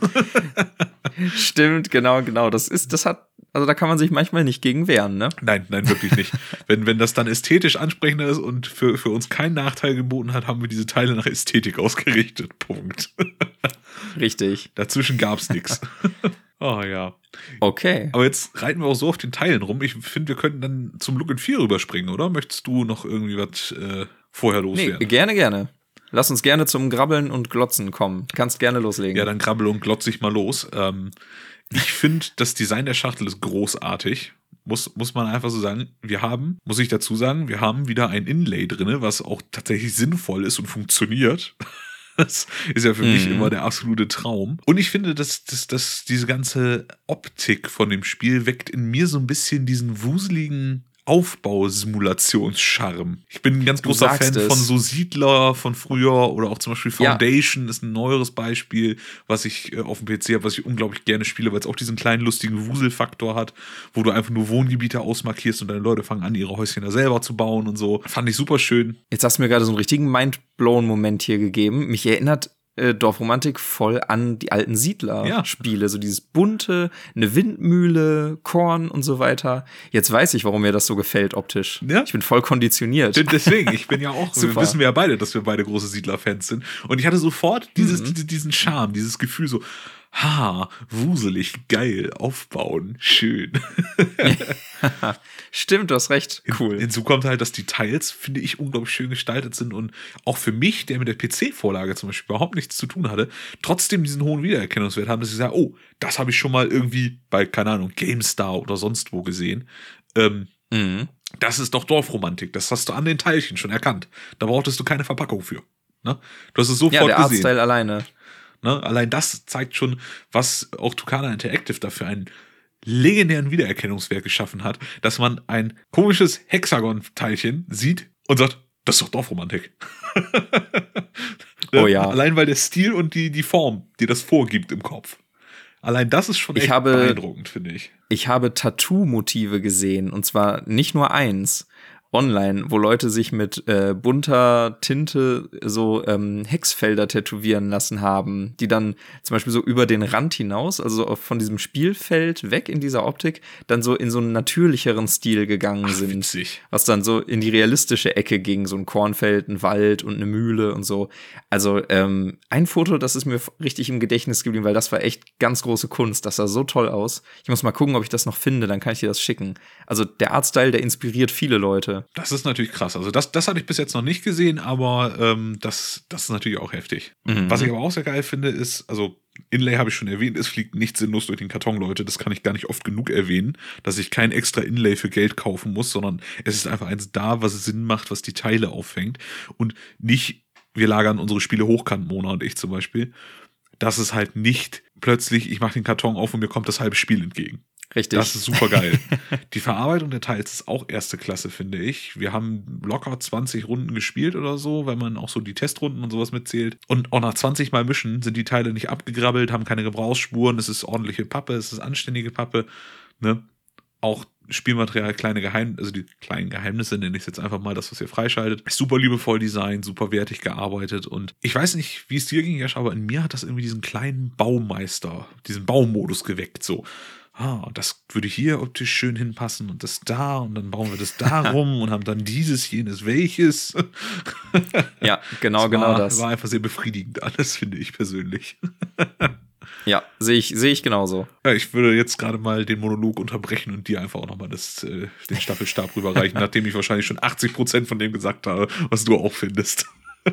Stimmt, genau. Also da kann man sich manchmal nicht gegen wehren, ne? Nein, wirklich nicht. Wenn das dann ästhetisch ansprechender ist und für uns keinen Nachteil geboten hat, haben wir diese Teile nach Ästhetik ausgerichtet. Punkt. Richtig. Dazwischen gab's nichts. Oh ja. Okay. Aber jetzt reiten wir auch so auf den Teilen rum. Ich finde, wir könnten dann zum Look and Feel rüberspringen, oder? Möchtest du noch irgendwie was vorher loswerden? Nee, gerne. Lass uns gerne zum Grabbeln und Glotzen kommen. Kannst gerne loslegen. Ja, dann grabbel und glotz ich mal los. Ich finde, das Design der Schachtel ist großartig. Muss man einfach so sagen. Muss ich dazu sagen, wir haben wieder ein Inlay drin, was auch tatsächlich sinnvoll ist und funktioniert. Das ist ja für mich immer der absolute Traum. Und ich finde, dass diese ganze Optik von dem Spiel weckt in mir so ein bisschen diesen wuseligen Aufbausimulationscharme. Ich bin ein ganz großer Fan von so Siedler von früher oder auch zum Beispiel Foundation ist ein neueres Beispiel, was ich auf dem PC habe, was ich unglaublich gerne spiele, weil es auch diesen kleinen lustigen Wuselfaktor hat, wo du einfach nur Wohngebiete ausmarkierst und deine Leute fangen an, ihre Häuschen da selber zu bauen und so. Fand ich super schön. Jetzt hast du mir gerade so einen richtigen Mind-blown-Moment hier gegeben. Mich erinnert Dorfromantik voll an die alten Siedler-Spiele. So dieses bunte, eine Windmühle, Korn und so weiter. Jetzt weiß ich, warum mir das so gefällt optisch. Ja? Ich bin voll konditioniert. Deswegen, ich bin ja auch, wissen wir ja beide, dass wir beide große Siedler-Fans sind. Und ich hatte sofort diesen Charme, dieses Gefühl so, wuselig, geil, aufbauen, schön. Stimmt, du hast recht. Cool. Hinzu kommt halt, dass die Tiles, finde ich, unglaublich schön gestaltet sind und auch für mich, der mit der PC-Vorlage zum Beispiel überhaupt nichts zu tun hatte, trotzdem diesen hohen Wiedererkennungswert haben, dass ich sage, oh, das habe ich schon mal irgendwie bei, keine Ahnung, GameStar oder sonst wo gesehen. Das ist doch Dorfromantik. Das hast du an den Teilchen schon erkannt. Da brauchtest du keine Verpackung für. Ne? Du hast es sofort gesehen. Ja, der Artstyle alleine. Ne? Allein das zeigt schon, was auch Tucana Interactive dafür einen legendären Wiedererkennungswert geschaffen hat, dass man ein komisches Hexagon-Teilchen sieht und sagt, das ist doch Dorfromantik. Oh ja. Allein weil der Stil und die Form dir das vorgibt im Kopf. Allein das ist schon echt beeindruckend, finde ich. Ich habe Tattoo-Motive gesehen, und zwar nicht nur eins, online, wo Leute sich mit bunter Tinte so Hexfelder tätowieren lassen haben, die dann zum Beispiel so über den Rand hinaus, also von diesem Spielfeld weg in dieser Optik, dann so in so einen natürlicheren Stil gegangen sind. Witzig. Was dann so in die realistische Ecke ging, so ein Kornfeld, ein Wald und eine Mühle und so. Also ein Foto, das ist mir richtig im Gedächtnis geblieben, weil das war echt ganz große Kunst. Das sah so toll aus. Ich muss mal gucken, ob ich das noch finde, dann kann ich dir das schicken. Also der Artstyle, der inspiriert viele Leute. Spiele. Das ist natürlich krass. Also das hatte ich bis jetzt noch nicht gesehen, aber das ist natürlich auch heftig. Was ich aber auch sehr geil finde, ist, also Inlay habe ich schon erwähnt, es fliegt nicht sinnlos durch den Karton, Leute. Das kann ich gar nicht oft genug erwähnen, dass ich kein extra Inlay für Geld kaufen muss, sondern es ist einfach eins da, was Sinn macht, was die Teile auffängt. Und nicht, wir lagern unsere Spiele hochkant, Mona und ich zum Beispiel. Das ist halt nicht plötzlich, ich mache den Karton auf und mir kommt das halbe Spiel entgegen. Richtig. Das ist super geil. Die Verarbeitung der Teils ist auch erste Klasse, finde ich. Wir haben locker 20 Runden gespielt oder so, wenn man auch so die Testrunden und sowas mitzählt. Und auch nach 20 Mal mischen sind die Teile nicht abgegrabbelt, haben keine Gebrauchsspuren, es ist ordentliche Pappe, es ist anständige Pappe. Ne? Auch Spielmaterial, also die kleinen Geheimnisse, nenne ich es jetzt einfach mal, das, was ihr freischaltet. Ist super liebevoll designt, super wertig gearbeitet und ich weiß nicht, wie es dir ging, Jasch, aber in mir hat das irgendwie diesen kleinen Baumeister, diesen Baumodus geweckt, so. Das würde hier optisch schön hinpassen und das da und dann bauen wir das da rum und haben dann dieses, jenes, welches. Ja, genau das. War einfach sehr befriedigend alles, finde ich persönlich. Ja, sehe ich genauso. Ja, ich würde jetzt gerade mal den Monolog unterbrechen und dir einfach auch nochmal den Staffelstab rüberreichen, nachdem ich wahrscheinlich schon 80% von dem gesagt habe, was du auch findest.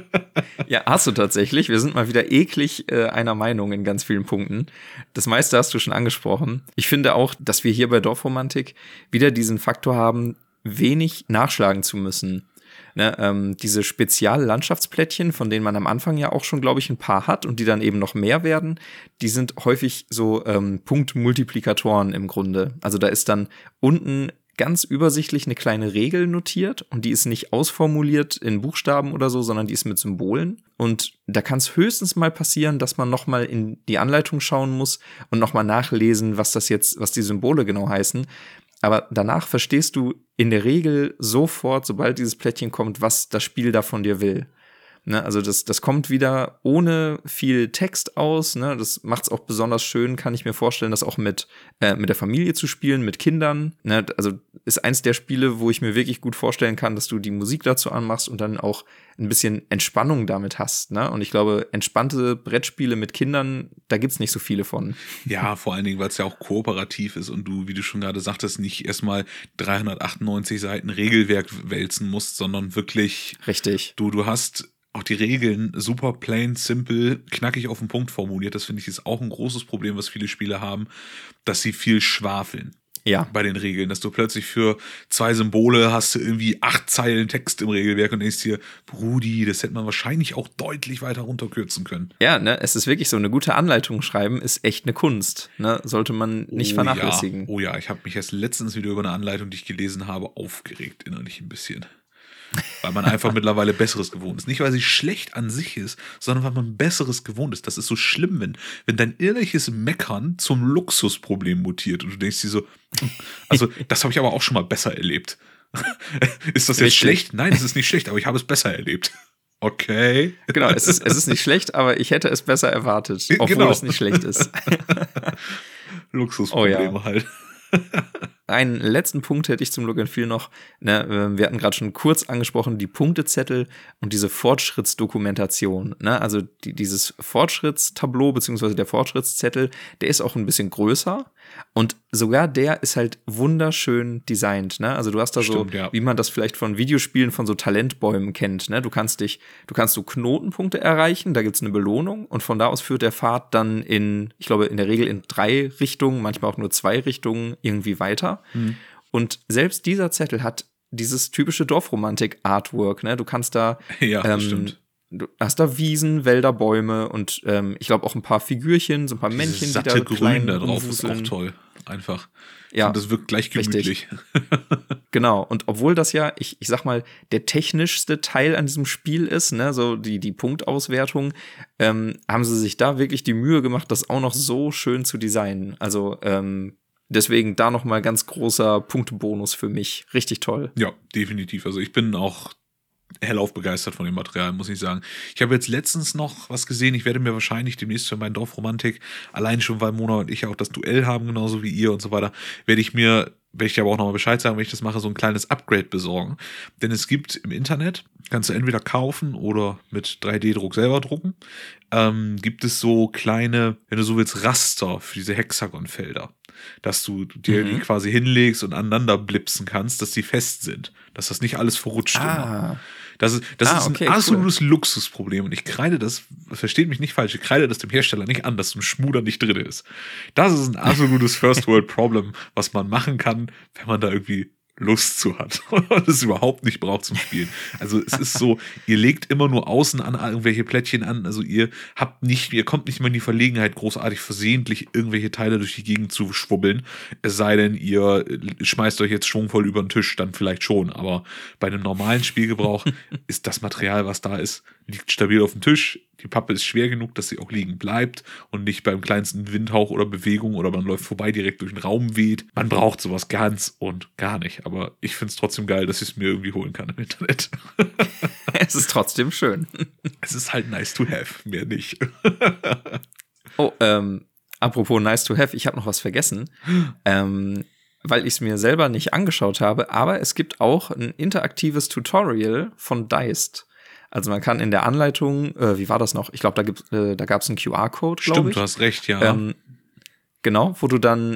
Ja, hast du tatsächlich. Wir sind mal wieder eklig einer Meinung in ganz vielen Punkten. Das meiste hast du schon angesprochen. Ich finde auch, dass wir hier bei Dorfromantik wieder diesen Faktor haben, wenig nachschlagen zu müssen. Ne, diese Speziallandschaftsplättchen, von denen man am Anfang ja auch schon, glaube ich, ein paar hat und die dann eben noch mehr werden, die sind häufig so Punktmultiplikatoren im Grunde. Also da ist dann unten ganz übersichtlich eine kleine Regel notiert und die ist nicht ausformuliert in Buchstaben oder so, sondern die ist mit Symbolen. Und da kann es höchstens mal passieren, dass man noch mal in die Anleitung schauen muss und noch mal nachlesen, was die Symbole genau heißen. Aber danach verstehst du in der Regel sofort, sobald dieses Plättchen kommt, was das Spiel da von dir will. Ne, also das kommt wieder ohne viel Text aus. Ne, das macht es auch besonders schön, kann ich mir vorstellen, das auch mit der Familie zu spielen, mit Kindern. Ne, also ist eins der Spiele, wo ich mir wirklich gut vorstellen kann, dass du die Musik dazu anmachst und dann auch ein bisschen Entspannung damit hast. Ne? Und ich glaube, entspannte Brettspiele mit Kindern, da gibt's nicht so viele von. Ja, vor allen Dingen, weil es ja auch kooperativ ist und du, wie du schon gerade sagtest, nicht erstmal 398 Seiten Regelwerk wälzen musst, sondern wirklich Richtig. Du hast auch die Regeln super plain, simple, knackig auf den Punkt formuliert. Das finde ich ist auch ein großes Problem, was viele Spiele haben, dass sie viel schwafeln. Ja. Bei den Regeln, dass du plötzlich für 2 Symbole hast du irgendwie 8 Zeilen Text im Regelwerk und denkst dir, Brudi, das hätte man wahrscheinlich auch deutlich weiter runterkürzen können. Ja, ne, es ist wirklich so, eine gute Anleitung schreiben ist echt eine Kunst, ne, sollte man nicht vernachlässigen. Oh ja, ich habe mich erst letztens wieder über eine Anleitung, die ich gelesen habe, aufgeregt, innerlich ein bisschen. Weil man einfach mittlerweile Besseres gewohnt ist. Nicht, weil sie schlecht an sich ist, sondern weil man Besseres gewohnt ist. Das ist so schlimm, wenn dein ehrliches Meckern zum Luxusproblem mutiert und du denkst dir so, also das habe ich aber auch schon mal besser erlebt. Ist das jetzt schlecht? Nein, es ist nicht schlecht, aber ich habe es besser erlebt. Okay. Genau, es ist nicht schlecht, aber ich hätte es besser erwartet, obwohl es nicht schlecht ist. Luxusprobleme halt. Einen letzten Punkt hätte ich zum Look and Feel noch. Ne, wir hatten gerade schon kurz angesprochen, die Punktezettel und diese Fortschrittsdokumentation. Ne? Also dieses Fortschrittstableau beziehungsweise der Fortschrittszettel, der ist auch ein bisschen größer und sogar der ist halt wunderschön designt. Ne? Also du hast da Stimmt, ja. wie man das vielleicht von Videospielen von so Talentbäumen kennt. Ne? Du kannst so Knotenpunkte erreichen, da gibt's eine Belohnung und von da aus führt der Pfad dann ich glaube in der Regel in 3 Richtungen, manchmal auch nur 2 Richtungen irgendwie weiter. Und selbst dieser Zettel hat dieses typische Dorfromantik-Artwork. Ne? Du kannst da, stimmt. Du hast da Wiesen, Wälder, Bäume und ich glaube auch ein paar Figürchen, so ein paar Männchen, die da Grün da drauf ist auch toll. Einfach. Ja, und das wirkt gleich gemütlich. Genau. Und obwohl das ja, ich sag mal, der technischste Teil an diesem Spiel ist, ne, so die Punktauswertung, haben sie sich da wirklich die Mühe gemacht, das auch noch so schön zu designen. Also deswegen da noch mal ganz großer Punktebonus für mich. Richtig toll. Ja, definitiv. Also ich bin auch hellauf begeistert von dem Material, muss ich sagen. Ich habe jetzt letztens noch was gesehen. Ich werde mir wahrscheinlich demnächst für meinen Dorfromantik, allein schon, weil Mona und ich ja auch das Duell haben, genauso wie ihr und so weiter, werde ich dir aber auch nochmal Bescheid sagen, wenn ich das mache, so ein kleines Upgrade besorgen. Denn es gibt im Internet, kannst du entweder kaufen oder mit 3D-Druck selber drucken, gibt es so kleine, wenn du so willst, Raster für diese Hexagonfelder. Dass du dir die quasi hinlegst und aneinander blipsen kannst, dass die fest sind. Dass das nicht alles verrutscht immer. Das ist okay, ein absolutes Luxusproblem. Und ich kreide das, versteht mich nicht falsch, ich kreide das dem Hersteller nicht an, dass ein Schmuder nicht drin ist. Das ist ein absolutes First-World-Problem, was man machen kann, wenn man da irgendwie Lust zu hat und es überhaupt nicht braucht zum Spielen. Also es ist so, ihr legt immer nur außen an irgendwelche Plättchen an, also ihr kommt nicht mal in die Verlegenheit, großartig versehentlich irgendwelche Teile durch die Gegend zu schwubbeln, es sei denn, ihr schmeißt euch jetzt schwungvoll über den Tisch, dann vielleicht schon, aber bei einem normalen Spielgebrauch ist das Material, was da ist, liegt stabil auf dem Tisch. Die Pappe ist schwer genug, dass sie auch liegen bleibt und nicht beim kleinsten Windhauch oder Bewegung oder man läuft vorbei, direkt durch den Raum weht. Man braucht sowas ganz und gar nicht. Aber ich finde es trotzdem geil, dass ich es mir irgendwie holen kann im Internet. Es ist trotzdem schön. Es ist halt nice to have, mehr nicht. Oh, apropos nice to have, ich habe noch was vergessen. Weil ich es mir selber nicht angeschaut habe, aber es gibt auch ein interaktives Tutorial von Deist. Also man kann in der Anleitung, wie war das noch? Ich glaube, da gab es einen QR-Code, glaube ich. Stimmt, du hast recht, ja. Genau, wo du dann,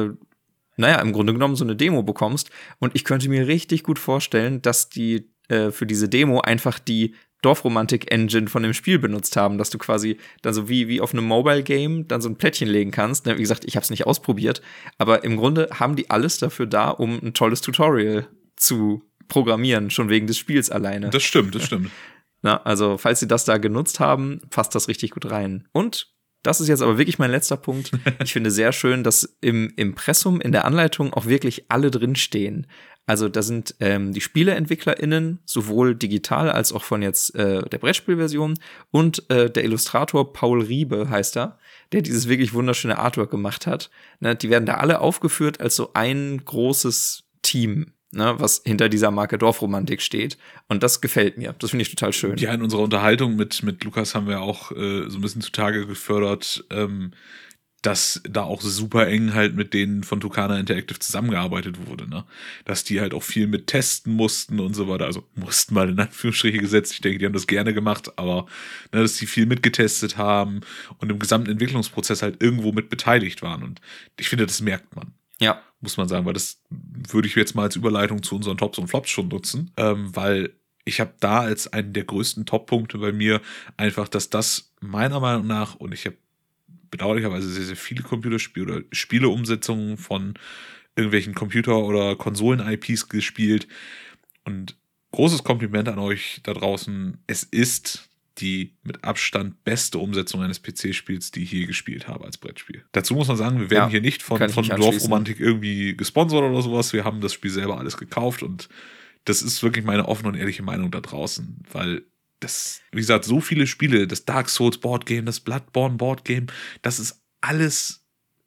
im Grunde genommen so eine Demo bekommst. Und ich könnte mir richtig gut vorstellen, dass die für diese Demo einfach die Dorfromantik-Engine von dem Spiel benutzt haben, dass du quasi dann so wie auf einem Mobile-Game dann so ein Plättchen legen kannst. Wie gesagt, ich habe es nicht ausprobiert, aber im Grunde haben die alles dafür da, um ein tolles Tutorial zu programmieren, schon wegen des Spiels alleine. Das stimmt. Na, also, falls sie das da genutzt haben, passt das richtig gut rein. Und das ist jetzt aber wirklich mein letzter Punkt. Ich finde sehr schön, dass im Impressum, in der Anleitung auch wirklich alle drinstehen. Also da sind die SpieleentwicklerInnen, sowohl digital als auch von jetzt der Brettspielversion und der Illustrator Paul Riebe heißt er, der dieses wirklich wunderschöne Artwork gemacht hat. Ne, die werden da alle aufgeführt als so ein großes Team, ne, was hinter dieser Marke Dorfromantik steht. Und das gefällt mir. Das finde ich total schön. Ja, in unserer Unterhaltung mit Lukas haben wir auch so ein bisschen zutage gefördert, dass da auch super eng halt mit denen von Tucana Interactive zusammengearbeitet wurde, ne? Dass die halt auch viel mit testen mussten und so weiter. Also mussten mal in Anführungsstriche gesetzt. Ich denke, die haben das gerne gemacht, aber ne, dass die viel mitgetestet haben und im gesamten Entwicklungsprozess halt irgendwo mit beteiligt waren. Und ich finde, das merkt man. Ja. Muss man sagen, weil das würde ich jetzt mal als Überleitung zu unseren Tops und Flops schon nutzen, weil ich habe da als einen der größten Top-Punkte bei mir einfach, dass das meiner Meinung nach, und ich habe bedauerlicherweise sehr, sehr viele Computerspiele oder Spieleumsetzungen von irgendwelchen Computer- oder Konsolen-IPs gespielt und großes Kompliment an euch da draußen. Es ist die mit Abstand beste Umsetzung eines PC-Spiels, die ich je gespielt habe als Brettspiel. Dazu muss man sagen, wir werden hier nicht von Dorfromantik irgendwie gesponsert oder sowas. Wir haben das Spiel selber alles gekauft und das ist wirklich meine offene und ehrliche Meinung da draußen, weil das, wie gesagt, so viele Spiele, das Dark Souls Board Game, das Bloodborne Board Game, das ist alles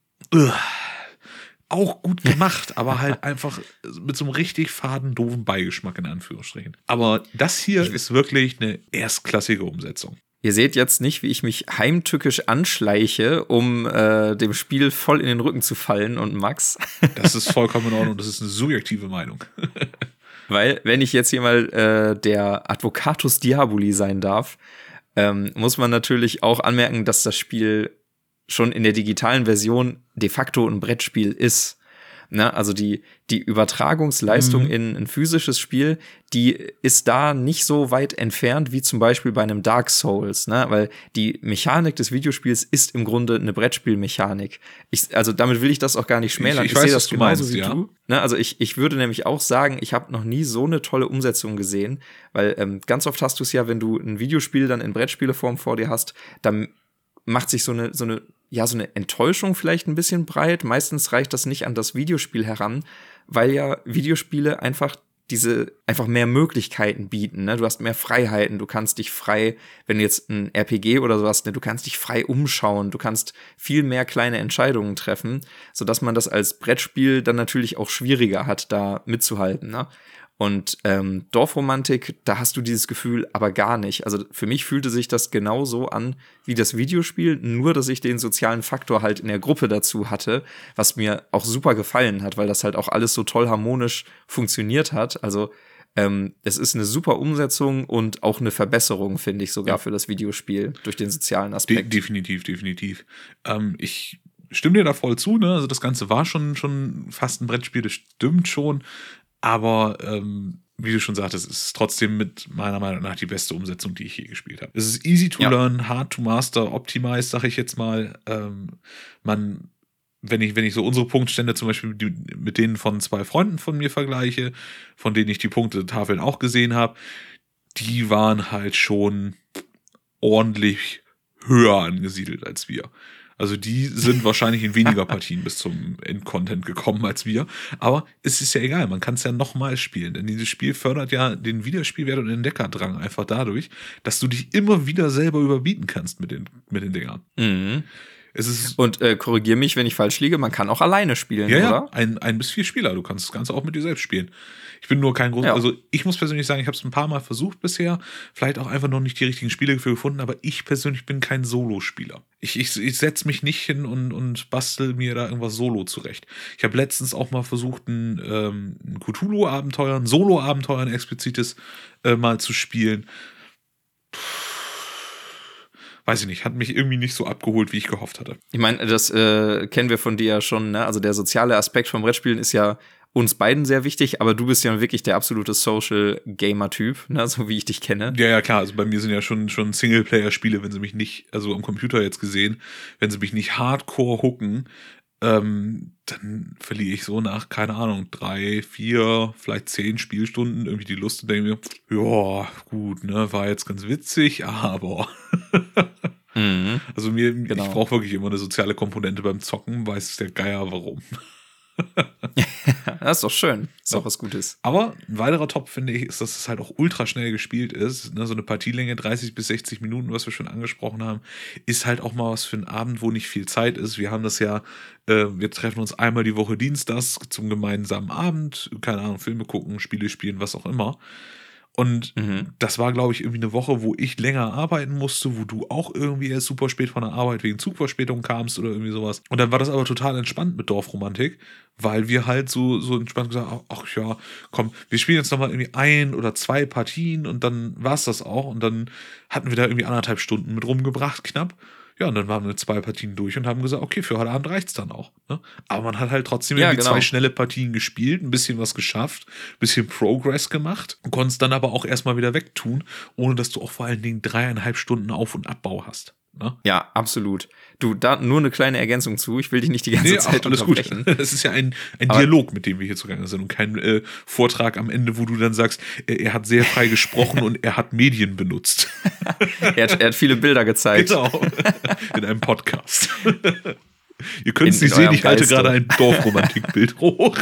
auch gut gemacht, aber halt einfach mit so einem richtig faden, doofen Beigeschmack in Anführungsstrichen. Aber das hier ist wirklich eine erstklassige Umsetzung. Ihr seht jetzt nicht, wie ich mich heimtückisch anschleiche, um dem Spiel voll in den Rücken zu fallen und Max. Das ist vollkommen in Ordnung, das ist eine subjektive Meinung. Weil, wenn ich jetzt hier mal der Advocatus Diaboli sein darf, muss man natürlich auch anmerken, dass das Spiel schon in der digitalen Version de facto ein Brettspiel ist. Ne? Also die Übertragungsleistung in ein physisches Spiel, die ist da nicht so weit entfernt wie zum Beispiel bei einem Dark Souls, ne? Weil die Mechanik des Videospiels ist im Grunde eine Brettspielmechanik. Also damit will ich das auch gar nicht schmälern. Ich weiß, sehe das genauso wie du. Ne? Also ich würde nämlich auch sagen, ich habe noch nie so eine tolle Umsetzung gesehen, weil ganz oft hast du es ja, wenn du ein Videospiel dann in Brettspieleform vor dir hast, dann macht sich so eine Enttäuschung vielleicht ein bisschen breit. Meistens reicht das nicht an das Videospiel heran, weil ja Videospiele einfach mehr Möglichkeiten bieten, ne? Du hast mehr Freiheiten, du kannst dich frei, wenn du jetzt ein RPG oder so hast, ne, du kannst dich frei umschauen, du kannst viel mehr kleine Entscheidungen treffen, sodass man das als Brettspiel dann natürlich auch schwieriger hat, da mitzuhalten, ne? Und Dorfromantik, da hast du dieses Gefühl aber gar nicht. Also für mich fühlte sich das genauso an wie das Videospiel, nur dass ich den sozialen Faktor halt in der Gruppe dazu hatte, was mir auch super gefallen hat, weil das halt auch alles so toll harmonisch funktioniert hat. Also es ist eine super Umsetzung und auch eine Verbesserung, finde ich, sogar für das Videospiel durch den sozialen Aspekt. Definitiv. Ich stimme dir da voll zu, ne? Also das Ganze war schon fast ein Brettspiel, das stimmt schon. Aber wie du schon sagtest, es ist trotzdem mit meiner Meinung nach die beste Umsetzung, die ich je gespielt habe. Es ist easy to learn, hard to master, optimize, sag ich jetzt mal. Wenn ich so unsere Punktstände zum Beispiel mit denen von 2 Freunden von mir vergleiche, von denen ich die Punktetafeln auch gesehen habe, die waren halt schon ordentlich höher angesiedelt als wir. Also die sind wahrscheinlich in weniger Partien bis zum Endcontent gekommen als wir. Aber es ist ja egal, man kann es ja nochmal spielen. Denn dieses Spiel fördert ja den Wiederspielwert und den Entdeckerdrang einfach dadurch, dass du dich immer wieder selber überbieten kannst mit den Dingern. Mhm. Es ist Und korrigier mich, wenn ich falsch liege, man kann auch alleine spielen, ja, oder? ein bis 4 Spieler. Du kannst das Ganze auch mit dir selbst spielen. Ich bin nur kein großer, also ich muss persönlich sagen, ich habe es ein paar Mal versucht bisher, vielleicht auch einfach noch nicht die richtigen Spiele dafür gefunden, aber ich persönlich bin kein Solo-Spieler. Ich setze mich nicht hin und bastel mir da irgendwas Solo zurecht. Ich habe letztens auch mal versucht, ein Cthulhu-Abenteuer, ein Solo-Abenteuer, ein explizites mal zu spielen. Weiß ich nicht, hat mich irgendwie nicht so abgeholt, wie ich gehofft hatte. Ich meine, das kennen wir von dir ja schon, ne? Also der soziale Aspekt vom Brettspielen ist ja uns beiden sehr wichtig, aber du bist ja wirklich der absolute Social-Gamer-Typ, ne? So wie ich dich kenne. Ja, klar, also bei mir sind ja schon Singleplayer-Spiele, wenn sie mich nicht, also am Computer jetzt gesehen, wenn sie mich nicht hardcore hooken, dann verliere ich so nach, keine Ahnung, 3, 4, vielleicht 10 Spielstunden irgendwie die Lust und denke mir, ja, gut, ne, war jetzt ganz witzig, aber also ich brauche wirklich immer eine soziale Komponente beim Zocken, weiß der Geier warum. Das ist doch schön. Ist auch was Gutes. Aber ein weiterer Top, finde ich, ist, dass es halt auch ultra schnell gespielt ist. Ne, so eine Partielänge, 30 bis 60 Minuten, was wir schon angesprochen haben, ist halt auch mal was für einen Abend, wo nicht viel Zeit ist. Wir haben das ja, wir treffen uns einmal die Woche dienstags zum gemeinsamen Abend, keine Ahnung, Filme gucken, Spiele spielen, was auch immer. Und das war, glaube ich, irgendwie eine Woche, wo ich länger arbeiten musste, wo du auch irgendwie erst super spät von der Arbeit wegen Zugverspätung kamst oder irgendwie sowas. Und dann war das aber total entspannt mit Dorfromantik, weil wir halt so entspannt gesagt haben, ach ja, komm, wir spielen jetzt nochmal irgendwie 1 oder 2 Partien und dann war es das auch. Und dann hatten wir da irgendwie 1,5 Stunden mit rumgebracht, knapp. Ja, und dann waren wir 2 Partien durch und haben gesagt, okay, für heute Abend reicht's dann auch. Ne? Aber man hat halt trotzdem irgendwie 2 schnelle Partien gespielt, ein bisschen was geschafft, ein bisschen Progress gemacht und konntest dann aber auch erstmal wieder wegtun, ohne dass du auch vor allen Dingen 3,5 Stunden Auf- und Abbau hast. Ne? Ja, absolut. Du, da nur eine kleine Ergänzung zu. Ich will dich nicht die ganze Zeit unterbrechen. Gut. Es ist ja ein Dialog, mit dem wir hier zugange sind und kein Vortrag am Ende, wo du dann sagst, er hat sehr frei gesprochen und er hat Medien benutzt. er hat viele Bilder gezeigt. Genau. In einem Podcast. Ihr könnt es nicht sehen, ich halte gerade ein Dorfromantikbild hoch.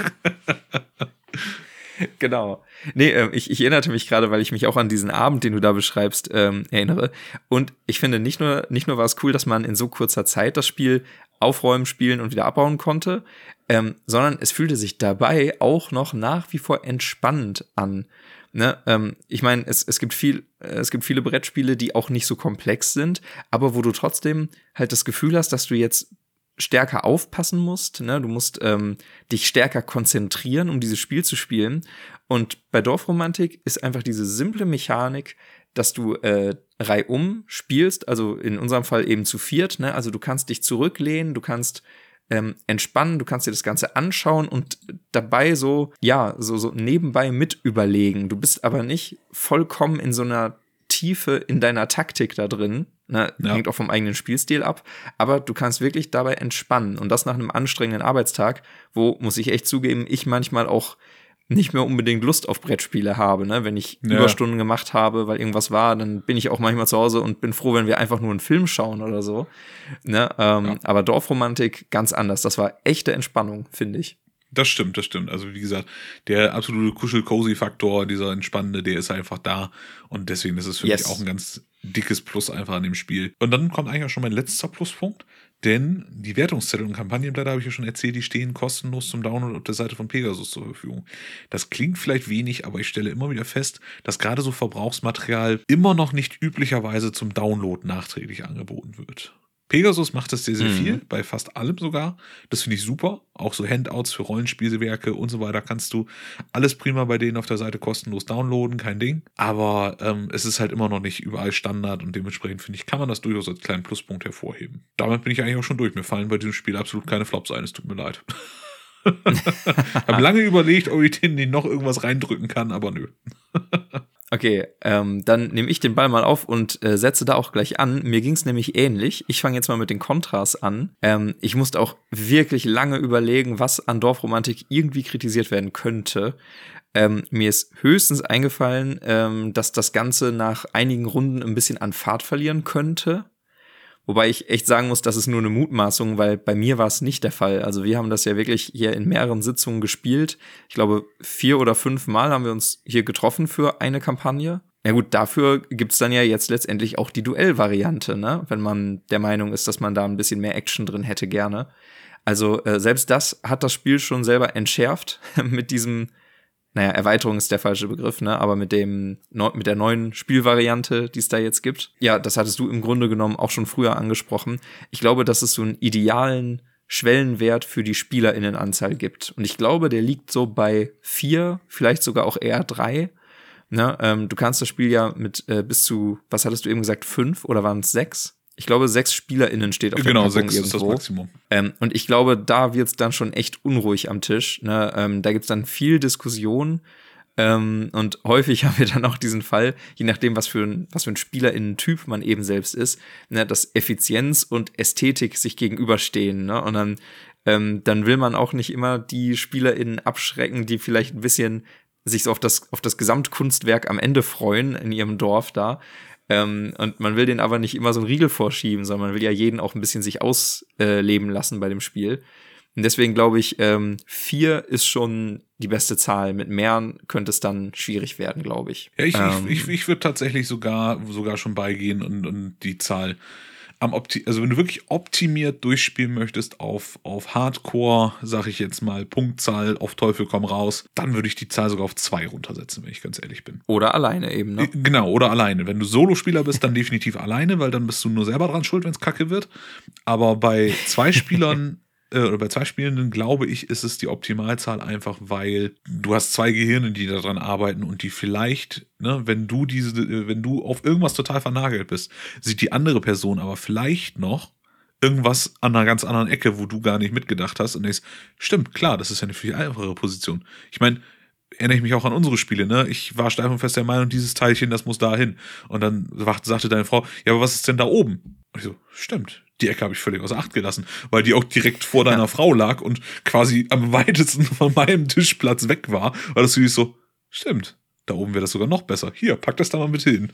Genau. Nee, ich erinnerte mich gerade, weil ich mich auch an diesen Abend, den du da beschreibst, erinnere. Und ich finde, nicht nur war es cool, dass man in so kurzer Zeit das Spiel aufräumen, spielen und wieder abbauen konnte, sondern es fühlte sich dabei auch noch nach wie vor entspannend an. Ne? Ich meine, es gibt viele Brettspiele, die auch nicht so komplex sind, aber wo du trotzdem halt das Gefühl hast, dass du jetzt stärker aufpassen musst, ne? Du musst dich stärker konzentrieren, um dieses Spiel zu spielen. Und bei Dorfromantik ist einfach diese simple Mechanik, dass du reihum spielst, also in unserem Fall eben zu 4, ne? Also du kannst dich zurücklehnen, du kannst entspannen, du kannst dir das Ganze anschauen und dabei so nebenbei mit überlegen. Du bist aber nicht vollkommen in so einer Tiefe in deiner Taktik da drin, ne, hängt auch vom eigenen Spielstil ab, aber du kannst wirklich dabei entspannen und das nach einem anstrengenden Arbeitstag, wo, muss ich echt zugeben, ich manchmal auch nicht mehr unbedingt Lust auf Brettspiele habe, ne, wenn ich Überstunden gemacht habe, weil irgendwas war, dann bin ich auch manchmal zu Hause und bin froh, wenn wir einfach nur einen Film schauen oder so, ne, aber Dorfromantik ganz anders, das war echte Entspannung, finde ich. Das stimmt. Also wie gesagt, der absolute Kuschel-Cozy-Faktor, dieser entspannende, der ist einfach da. Und deswegen ist es für mich auch ein ganz dickes Plus einfach an dem Spiel. Und dann kommt eigentlich auch schon mein letzter Pluspunkt. Denn die Wertungszettel und Kampagnenblätter, habe ich ja schon erzählt, die stehen kostenlos zum Download auf der Seite von Pegasus zur Verfügung. Das klingt vielleicht wenig, aber ich stelle immer wieder fest, dass gerade so Verbrauchsmaterial immer noch nicht üblicherweise zum Download nachträglich angeboten wird. Pegasus macht das sehr, sehr viel, bei fast allem sogar. Das finde ich super. Auch so Handouts für Rollenspielwerke und so weiter kannst du alles prima bei denen auf der Seite kostenlos downloaden, kein Ding. Aber es ist halt immer noch nicht überall Standard und dementsprechend finde ich, kann man das durchaus als kleinen Pluspunkt hervorheben. Damit bin ich eigentlich auch schon durch. Mir fallen bei diesem Spiel absolut keine Flops ein, es tut mir leid. Habe lange überlegt, ob ich denen noch irgendwas reindrücken kann, aber nö. Okay, dann nehme ich den Ball mal auf und setze da auch gleich an. Mir ging es nämlich ähnlich. Ich fange jetzt mal mit den Kontras an. Ich musste auch wirklich lange überlegen, was an Dorfromantik irgendwie kritisiert werden könnte. Mir ist höchstens eingefallen, dass das Ganze nach einigen Runden ein bisschen an Fahrt verlieren könnte. Wobei ich echt sagen muss, das ist nur eine Mutmaßung, weil bei mir war es nicht der Fall. Also wir haben das ja wirklich hier in mehreren Sitzungen gespielt. Ich glaube, 4 oder 5 Mal haben wir uns hier getroffen für eine Kampagne. Ja gut, dafür gibt's dann ja jetzt letztendlich auch die Duellvariante, ne? Wenn man der Meinung ist, dass man da ein bisschen mehr Action drin hätte gerne. Also selbst das hat das Spiel schon selber entschärft mit diesem, naja, Erweiterung ist der falsche Begriff, ne? Aber mit der neuen Spielvariante, die es da jetzt gibt. Ja, das hattest du im Grunde genommen auch schon früher angesprochen. Ich glaube, dass es so einen idealen Schwellenwert für die SpielerInnenanzahl gibt. Und ich glaube, der liegt so bei 4, vielleicht sogar auch eher 3. Ne? Du kannst das Spiel ja mit bis zu, was hattest du eben gesagt, 5 oder waren es 6? Ich glaube, 6 SpielerInnen steht auf der Packung 6 irgendwo. ist das Maximum. Und ich glaube, da wird's dann schon echt unruhig am Tisch. Ne? Da gibt's dann viel Diskussion. Und häufig haben wir dann auch diesen Fall, je nachdem, was für ein SpielerInnen-Typ man eben selbst ist, ne, dass Effizienz und Ästhetik sich gegenüberstehen. Ne? Und dann will man auch nicht immer die SpielerInnen abschrecken, die vielleicht ein bisschen sich so auf das Gesamtkunstwerk am Ende freuen in ihrem Dorf da. Und man will denen aber nicht immer so einen Riegel vorschieben, sondern man will ja jeden auch ein bisschen sich ausleben lassen bei dem Spiel. Und deswegen glaube ich, 4 ist schon die beste Zahl. Mit mehr könnte es dann schwierig werden, glaube ich. Ja, ich würde tatsächlich sogar schon beigehen und die Zahl also wenn du wirklich optimiert durchspielen möchtest auf Hardcore, sag ich jetzt mal, Punktzahl, auf Teufel komm raus, dann würde ich die Zahl sogar auf 2 runtersetzen, wenn ich ganz ehrlich bin. Oder alleine eben, ne? Genau, oder alleine. Wenn du Solospieler bist, dann definitiv alleine, weil dann bist du nur selber dran schuld, wenn es kacke wird. Aber bei 2 Spielern oder bei 2 Spielenden, glaube ich, ist es die Optimalzahl einfach, weil du hast 2 Gehirne, die daran arbeiten und die vielleicht, ne, wenn du auf irgendwas total vernagelt bist, sieht die andere Person aber vielleicht noch irgendwas an einer ganz anderen Ecke, wo du gar nicht mitgedacht hast und denkst, stimmt, klar, das ist ja eine viel einfache Position. Ich meine, erinnere ich mich auch an unsere Spiele, ne? Ich war steif und fest der Meinung, dieses Teilchen, das muss da hin. Und dann sagte deine Frau, ja, aber was ist denn da oben? Und ich so, stimmt, die Ecke habe ich völlig außer Acht gelassen, weil die auch direkt vor deiner Frau lag und quasi am weitesten von meinem Tischplatz weg war. Weil das ist so, stimmt, da oben wäre das sogar noch besser. Hier, pack das da mal mit hin.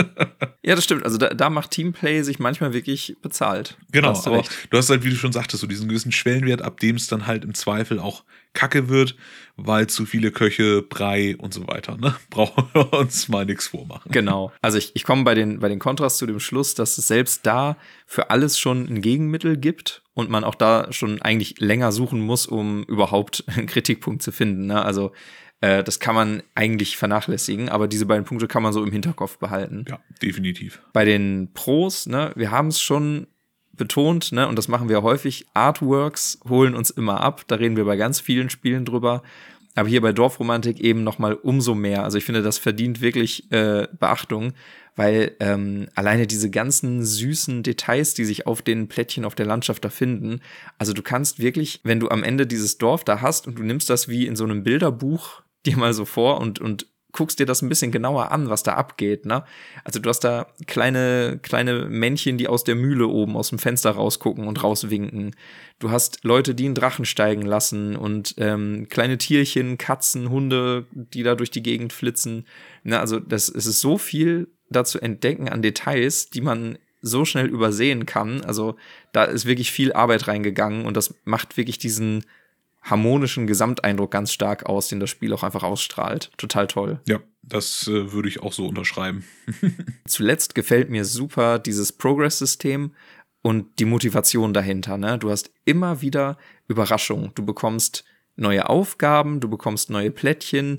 Ja, das stimmt. Also da macht Teamplay sich manchmal wirklich bezahlt. Genau, aber du hast halt, wie du schon sagtest, so diesen gewissen Schwellenwert, ab dem es dann halt im Zweifel auch kacke wird, weil zu viele Köche, Brei und so weiter, ne? Brauchen wir uns mal nichts vormachen. Genau. Also ich komme bei den Kontras zu dem Schluss, dass es selbst da für alles schon ein Gegenmittel gibt und man auch da schon eigentlich länger suchen muss, um überhaupt einen Kritikpunkt zu finden, ne? Also das kann man eigentlich vernachlässigen, aber diese beiden Punkte kann man so im Hinterkopf behalten. Ja, definitiv. Bei den Pros, ne, wir haben es schon betont, ne, und das machen wir häufig, Artworks holen uns immer ab, da reden wir bei ganz vielen Spielen drüber, aber hier bei Dorfromantik eben noch mal umso mehr. Also ich finde, das verdient wirklich Beachtung, weil alleine diese ganzen süßen Details, die sich auf den Plättchen auf der Landschaft da finden, also du kannst wirklich, wenn du am Ende dieses Dorf da hast und du nimmst das wie in so einem Bilderbuch dir mal so vor und guckst dir das ein bisschen genauer an, was da abgeht, ne? Also du hast da kleine Männchen, die aus der Mühle oben aus dem Fenster rausgucken und rauswinken. Du hast Leute, die einen Drachen steigen lassen und kleine Tierchen, Katzen, Hunde, die da durch die Gegend flitzen. Ne? Also es ist so viel da zu entdecken an Details, die man so schnell übersehen kann. Also da ist wirklich viel Arbeit reingegangen und das macht wirklich diesen harmonischen Gesamteindruck ganz stark aus, den das Spiel auch einfach ausstrahlt. Total toll. Ja, das würde ich auch so unterschreiben. Zuletzt gefällt mir super dieses Progress-System und die Motivation dahinter. Ne? Du hast immer wieder Überraschungen. Du bekommst neue Aufgaben, du bekommst neue Plättchen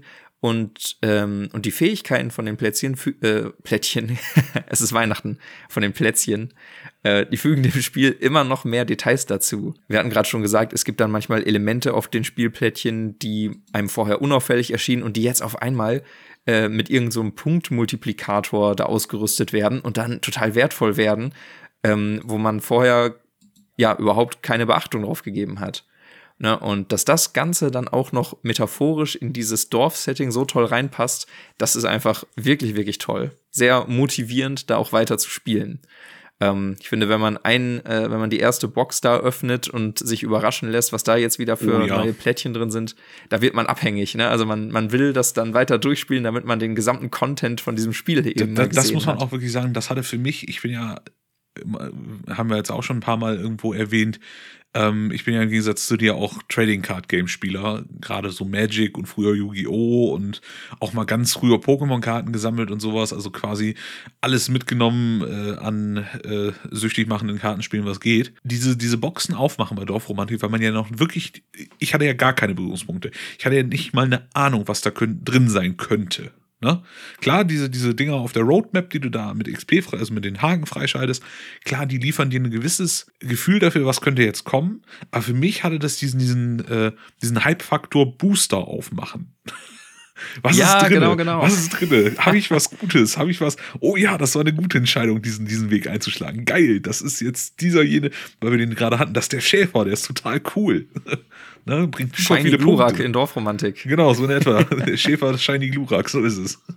Und die Fähigkeiten von den Plättchen, es ist Weihnachten, von den Plätzchen, die fügen dem Spiel immer noch mehr Details dazu. Wir hatten gerade schon gesagt, es gibt dann manchmal Elemente auf den Spielplättchen, die einem vorher unauffällig erschienen und die jetzt auf einmal mit irgend so einem Punktmultiplikator da ausgerüstet werden und dann total wertvoll werden, wo man vorher ja überhaupt keine Beachtung drauf gegeben hat. Ne, und dass das Ganze dann auch noch metaphorisch in dieses Dorfsetting so toll reinpasst, das ist einfach wirklich, wirklich toll. Sehr motivierend, da auch weiter zu spielen. Ich finde, wenn man die erste Box da öffnet und sich überraschen lässt, was da jetzt wieder für neue Plättchen drin sind, da wird man abhängig. Ne? Also man will das dann weiter durchspielen, damit man den gesamten Content von diesem Spiel eben gesehen Das muss man hat. auch wirklich sagen, das hatte für mich, ich bin ja, haben wir jetzt auch schon ein paar Mal irgendwo erwähnt, ich bin ja im Gegensatz zu dir auch Trading Card Game Spieler, gerade so Magic und früher Yu-Gi-Oh! Und auch mal ganz früher Pokémon-Karten gesammelt und sowas, also quasi alles mitgenommen an süchtig machenden Kartenspielen, was geht. Diese Boxen aufmachen bei Dorfromantik, weil man ja noch wirklich, ich hatte ja gar keine Berührungspunkte. Ich hatte ja nicht mal eine Ahnung, was da drin sein könnte. Ne? Klar, diese Dinger auf der Roadmap, die du da mit XP, also mit den Haken freischaltest, klar, die liefern dir ein gewisses Gefühl dafür, was könnte jetzt kommen. Aber für mich hatte das diesen Hype-Faktor Booster aufmachen. Was ist drin? Genau. Was ist drin? Habe ich was Gutes? Habe ich was? Oh ja, das war eine gute Entscheidung, diesen Weg einzuschlagen. Geil, das ist jetzt jene, weil wir den gerade hatten, das ist der Schäfer, der ist total cool. Ne, bringt super viele Glurak Punkte. in Dorfromantik. Genau, so in etwa. Der Schäfer, Shiny Glurak, so ist es.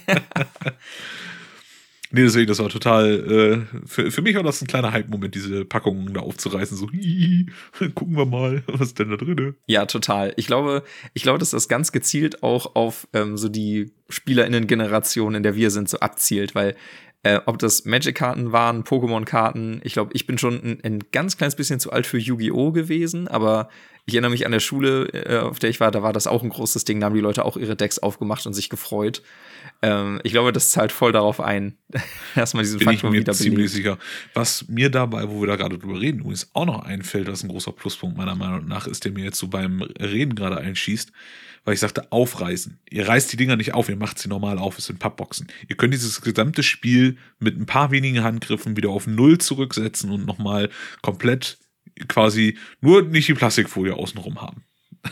Nee, deswegen, das war total, für mich war das ein kleiner Hype-Moment, diese Packungen da aufzureißen, so, gucken wir mal, was ist denn da drin? Ja, total. Ich glaube, dass das ganz gezielt auch auf so die SpielerInnen-Generation, in der wir sind, so abzielt, weil ob das Magic-Karten waren, Pokémon-Karten, ich glaube, ich bin schon ein ganz kleines bisschen zu alt für Yu-Gi-Oh! Gewesen, aber ich erinnere mich an der Schule, auf der ich war, da war das auch ein großes Ding, da haben die Leute auch ihre Decks aufgemacht und sich gefreut. Ich glaube, das zahlt voll darauf ein, dass man diesen Faktor wieder belebt. Ziemlich sicher. Was mir dabei, wo wir da gerade drüber reden, übrigens auch noch einfällt, was ein großer Pluspunkt meiner Meinung nach ist, der mir jetzt so beim Reden gerade einschießt, weil ich sagte, aufreißen. Ihr reißt die Dinger nicht auf, ihr macht sie normal auf, es sind Pappboxen. Ihr könnt dieses gesamte Spiel mit ein paar wenigen Handgriffen wieder auf 0 zurücksetzen und nochmal komplett quasi nur nicht die Plastikfolie außenrum haben.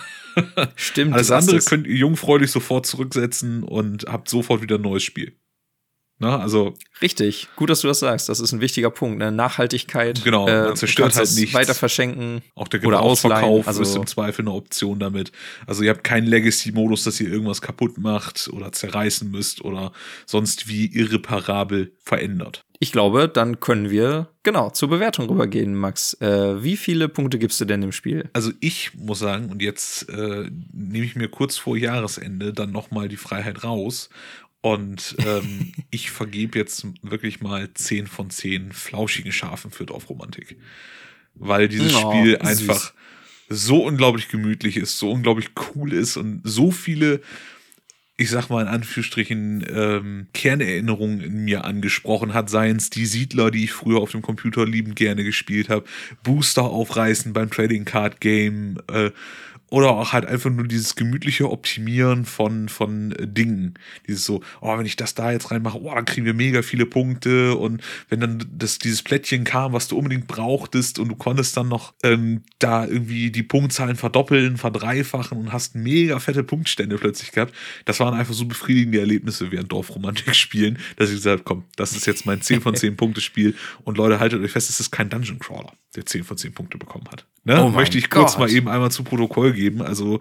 Stimmt. Alles andere könnt ihr jungfräulich sofort zurücksetzen und habt sofort wieder ein neues Spiel. Na, also richtig, gut, dass du das sagst. Das ist ein wichtiger Punkt. Ne? Nachhaltigkeit. Genau, man zerstört halt nichts. Weiter verschenken. Auch der oder Gebrauchsverkauf also ist im Zweifel eine Option damit. Also ihr habt keinen Legacy-Modus, dass ihr irgendwas kaputt macht oder zerreißen müsst oder sonst wie irreparabel verändert. Ich glaube, dann können wir zur Bewertung rübergehen, Max. Wie viele Punkte gibst du denn im Spiel? Also ich muss sagen, und jetzt nehme ich mir kurz vor Jahresende dann nochmal die Freiheit raus. Und ich vergebe jetzt wirklich mal 10 von 10 flauschigen Schafen für Dorfromantik. Weil dieses Spiel einfach so unglaublich gemütlich ist, so unglaublich cool ist und so viele, ich sag mal in Anführungsstrichen, Kernerinnerungen in mir angesprochen hat, seien es die Siedler, die ich früher auf dem Computer liebend gerne gespielt habe, Booster aufreißen beim Trading Card Game, oder auch halt einfach nur dieses gemütliche Optimieren von Dingen. Dieses so, wenn ich das da jetzt reinmache, dann kriegen wir mega viele Punkte. Und wenn dann dieses Plättchen kam, was du unbedingt brauchtest und du konntest dann noch da irgendwie die Punktzahlen verdoppeln, verdreifachen und hast mega fette Punktstände plötzlich gehabt. Das waren einfach so befriedigende Erlebnisse während Dorfromantik spielen, dass ich gesagt habe, komm, das ist jetzt mein 10 von 10 Punkte Spiel. Und Leute, haltet euch fest, es ist kein Dungeon Crawler, der 10 von 10 Punkte bekommen hat. Ne? Oh möchte ich kurz mal eben einmal zu Protokoll geben. Also,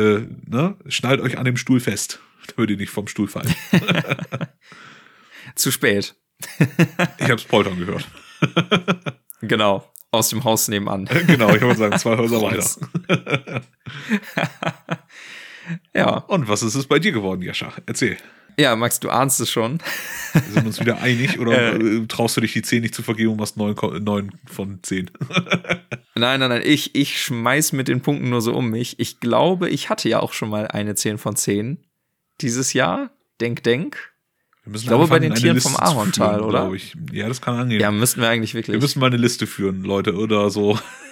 schnallt euch an dem Stuhl fest, damit ihr nicht vom Stuhl fallen. Zu spät. Ich hab's poltern gehört. Genau, aus dem Haus nebenan. Genau, ich wollte sagen, 2 Häuser weiter. Ja. Und was ist es bei dir geworden, Jascha? Erzähl. Ja, Max, du ahnst es schon. Wir sind uns wieder einig oder traust du dich die 10 nicht zu vergeben und machst 9 von 10? Nein, ich schmeiß mit den Punkten nur so um mich. Ich glaube, ich hatte ja auch schon mal eine 10 von 10 dieses Jahr. Denk. Ich glaube, bei den Tieren vom Ahorntal, oder? Ja, das kann angehen. Ja, müssten wir eigentlich wirklich. Wir müssen mal eine Liste führen, Leute, oder so.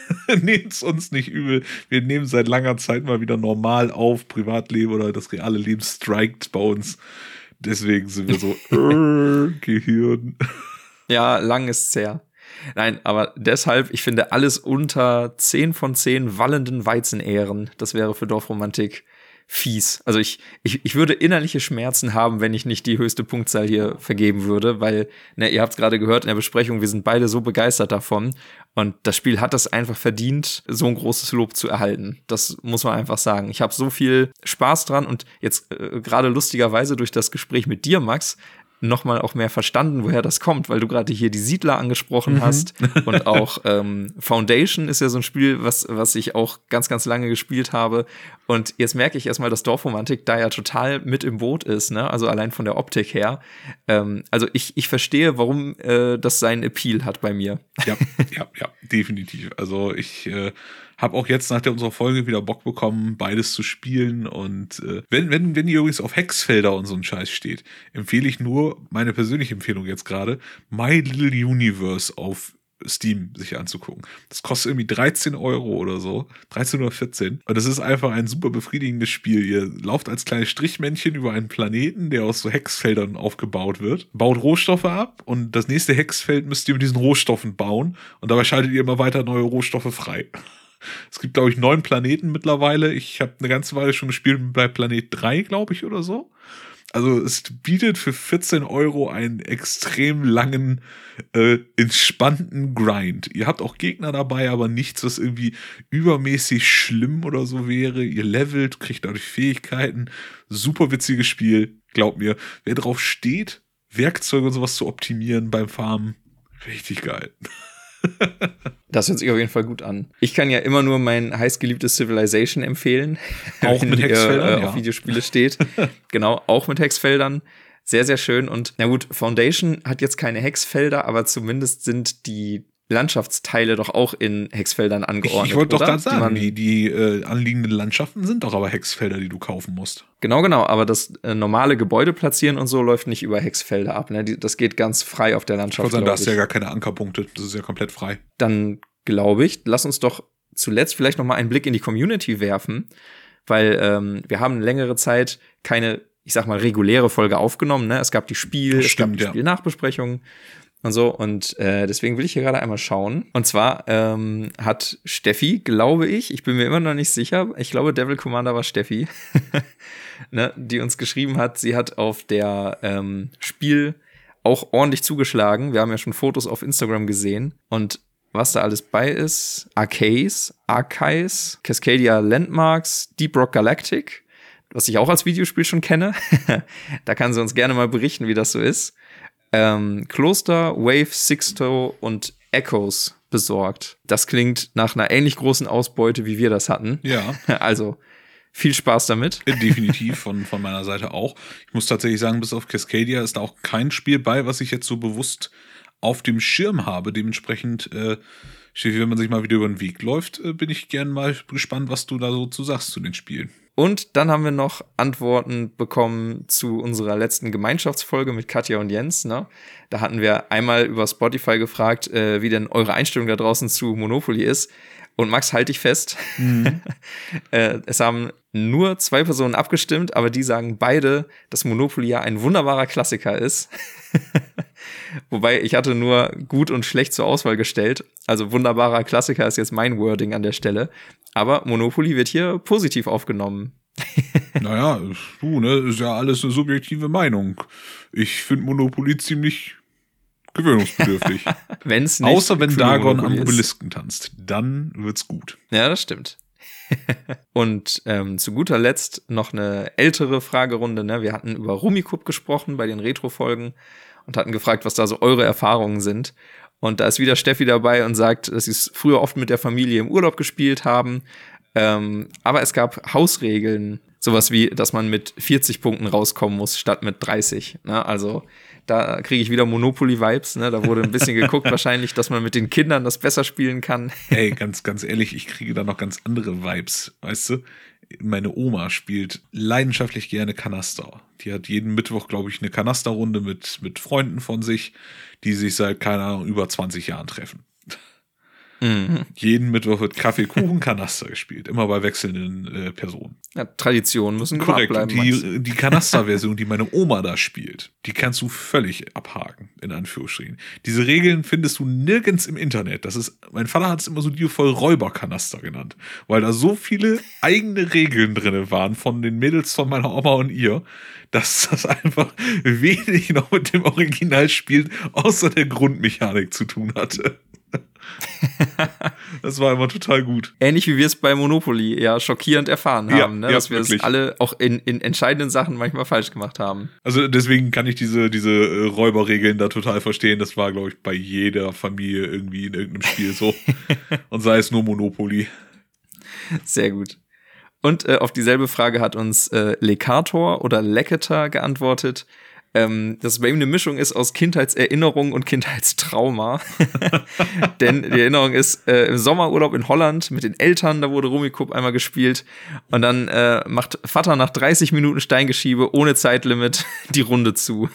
Nehmt's uns nicht übel. Wir nehmen seit langer Zeit mal wieder normal auf. Privatleben oder das reale Leben strikt bei uns. Deswegen sind wir so Gehirn. Ja, lang ist's her. Nein, aber deshalb, ich finde alles unter 10 von 10 wallenden Weizenähren, das wäre für Dorfromantik fies. Also ich würde innerliche Schmerzen haben, wenn ich nicht die höchste Punktzahl hier vergeben würde, weil, ne, ihr habt es gerade gehört in der Besprechung, wir sind beide so begeistert davon und das Spiel hat es einfach verdient, so ein großes Lob zu erhalten. Das muss man einfach sagen. Ich habe so viel Spaß dran und jetzt gerade lustigerweise durch das Gespräch mit dir, Max, noch mal auch mehr verstanden, woher das kommt, weil du gerade hier die Siedler angesprochen hast und auch Foundation ist ja so ein Spiel, was ich auch ganz, ganz lange gespielt habe und jetzt merke ich erstmal, dass Dorfromantik da ja total mit im Boot ist, ne? Also allein von der Optik her. Also ich verstehe, warum das seinen Appeal hat bei mir. Ja, definitiv. Also ich habe auch jetzt nach unserer Folge wieder Bock bekommen, beides zu spielen. Und wenn ihr übrigens auf Hexfelder und so ein Scheiß steht, empfehle ich nur, meine persönliche Empfehlung jetzt gerade, My Little Universe auf Steam sich anzugucken. Das kostet irgendwie 13 Euro oder so, 13 oder 14. Und das ist einfach ein super befriedigendes Spiel. Ihr lauft als kleines Strichmännchen über einen Planeten, der aus so Hexfeldern aufgebaut wird, baut Rohstoffe ab und das nächste Hexfeld müsst ihr mit diesen Rohstoffen bauen und dabei schaltet ihr immer weiter neue Rohstoffe frei. Es gibt, glaube ich, 9 Planeten mittlerweile. Ich habe eine ganze Weile schon gespielt bei Planet 3, glaube ich, oder so. Also es bietet für 14 Euro einen extrem langen, entspannten Grind. Ihr habt auch Gegner dabei, aber nichts, was irgendwie übermäßig schlimm oder so wäre. Ihr levelt, kriegt dadurch Fähigkeiten. Super witziges Spiel, glaubt mir. Wer drauf steht, Werkzeuge und sowas zu optimieren beim Farmen, richtig geil. Das hört sich auf jeden Fall gut an. Ich kann ja immer nur mein heißgeliebtes Civilization empfehlen. Auch mit Hexfeldern, auf Videospiele steht. Genau, auch mit Hexfeldern. Sehr, sehr schön. Und na gut, Foundation hat jetzt keine Hexfelder, aber zumindest sind die Landschaftsteile doch auch in Hexfeldern angeordnet. Ich wollte doch gerade sagen, die anliegenden Landschaften sind doch aber Hexfelder, die du kaufen musst. Genau, aber das normale Gebäude platzieren und so läuft nicht über Hexfelder ab. Ne? Das geht ganz frei auf der Landschaft. Ich wollte sagen, da hast du ja gar keine Ankerpunkte. Das ist ja komplett frei. Dann glaube ich, lass uns doch zuletzt vielleicht noch mal einen Blick in die Community werfen, weil wir haben längere Zeit keine, ich sag mal, reguläre Folge aufgenommen. Ne? Es gab die Spielnachbesprechungen und so. Und deswegen will ich hier gerade einmal schauen. Und zwar hat Steffi, glaube ich bin mir immer noch nicht sicher, ich glaube Devil Commander war Steffi, ne, die uns geschrieben hat, sie hat auf der Spiel auch ordentlich zugeschlagen. Wir haben ja schon Fotos auf Instagram gesehen. Und was da alles bei ist: Arcais, Cascadia Landmarks, Deep Rock Galactic, was ich auch als Videospiel schon kenne. Da kann sie uns gerne mal berichten, wie das so ist. Kloster, Wave, Sixto und Echoes besorgt. Das klingt nach einer ähnlich großen Ausbeute, wie wir das hatten. Ja. Also viel Spaß damit. Definitiv von meiner Seite auch. Ich muss tatsächlich sagen, bis auf Cascadia ist da auch kein Spiel bei, was ich jetzt so bewusst auf dem Schirm habe. Dementsprechend, wenn man sich mal wieder über den Weg läuft, bin ich gern mal gespannt, was du da so zu sagst zu den Spielen. Und dann haben wir noch Antworten bekommen zu unserer letzten Gemeinschaftsfolge mit Katja und Jens. Ne? Da hatten wir einmal über Spotify gefragt, wie denn eure Einstellung da draußen zu Monopoly ist. Und Max, halt dich fest. Mhm. Es haben nur 2 Personen abgestimmt, aber die sagen beide, dass Monopoly ja ein wunderbarer Klassiker ist. Wobei, ich hatte nur gut und schlecht zur Auswahl gestellt. Also wunderbarer Klassiker ist jetzt mein Wording an der Stelle. Aber Monopoly wird hier positiv aufgenommen. Naja, ist ja alles eine subjektive Meinung. Ich finde Monopoly ziemlich gewöhnungsbedürftig. Wenn's nicht außer wenn Dagon am Obelisken tanzt, dann wird's gut. Ja, das stimmt. Und zu guter Letzt noch eine ältere Fragerunde. Ne? Wir hatten über Rummikub gesprochen bei den Retro-Folgen und hatten gefragt, was da so eure Erfahrungen sind. Und da ist wieder Steffi dabei und sagt, dass sie es früher oft mit der Familie im Urlaub gespielt haben. Aber es gab Hausregeln, sowas wie, dass man mit 40 Punkten rauskommen muss, statt mit 30. Ne? Also da kriege ich wieder Monopoly-Vibes. Ne? Da wurde ein bisschen geguckt wahrscheinlich, dass man mit den Kindern das besser spielen kann. Ey, ganz ehrlich, ich kriege da noch ganz andere Vibes, weißt du? Meine Oma spielt leidenschaftlich gerne Kanaster. Die hat jeden Mittwoch, glaube ich, eine Kanasterrunde mit Freunden von sich, die sich seit, keine Ahnung, über 20 Jahren treffen. Jeden Mittwoch wird Kaffee-Kuchen-Kanaster gespielt, immer bei wechselnden Personen. Ja, Traditionen müssen Korrekt. bleiben, Max. Die Kanaster-Version, die meine Oma da spielt, die kannst du völlig abhaken, in Anführungsstrichen. Diese Regeln findest du nirgends im Internet. Mein Vater hat es immer so liebevoll Räuberkanaster genannt, weil da so viele eigene Regeln drin waren von den Mädels von meiner Oma und ihr, dass das einfach wenig noch mit dem Originalspiel außer der Grundmechanik zu tun hatte. Das war immer total gut. Ähnlich wie wir es bei Monopoly ja schockierend erfahren haben, ne? Dass wir es alle auch in entscheidenden Sachen manchmal falsch gemacht haben. Also deswegen kann ich diese Räuberregeln da total verstehen. Das war, glaube ich, bei jeder Familie irgendwie in irgendeinem Spiel so. Und sei es nur Monopoly. Sehr gut. Und auf dieselbe Frage hat uns Lekator oder Lecketer geantwortet, dass bei ihm eine Mischung ist aus Kindheitserinnerung und Kindheitstrauma. Denn die Erinnerung ist im Sommerurlaub in Holland mit den Eltern, da wurde Rummikub einmal gespielt. Und dann macht Vater nach 30 Minuten Steingeschiebe ohne Zeitlimit die Runde zu.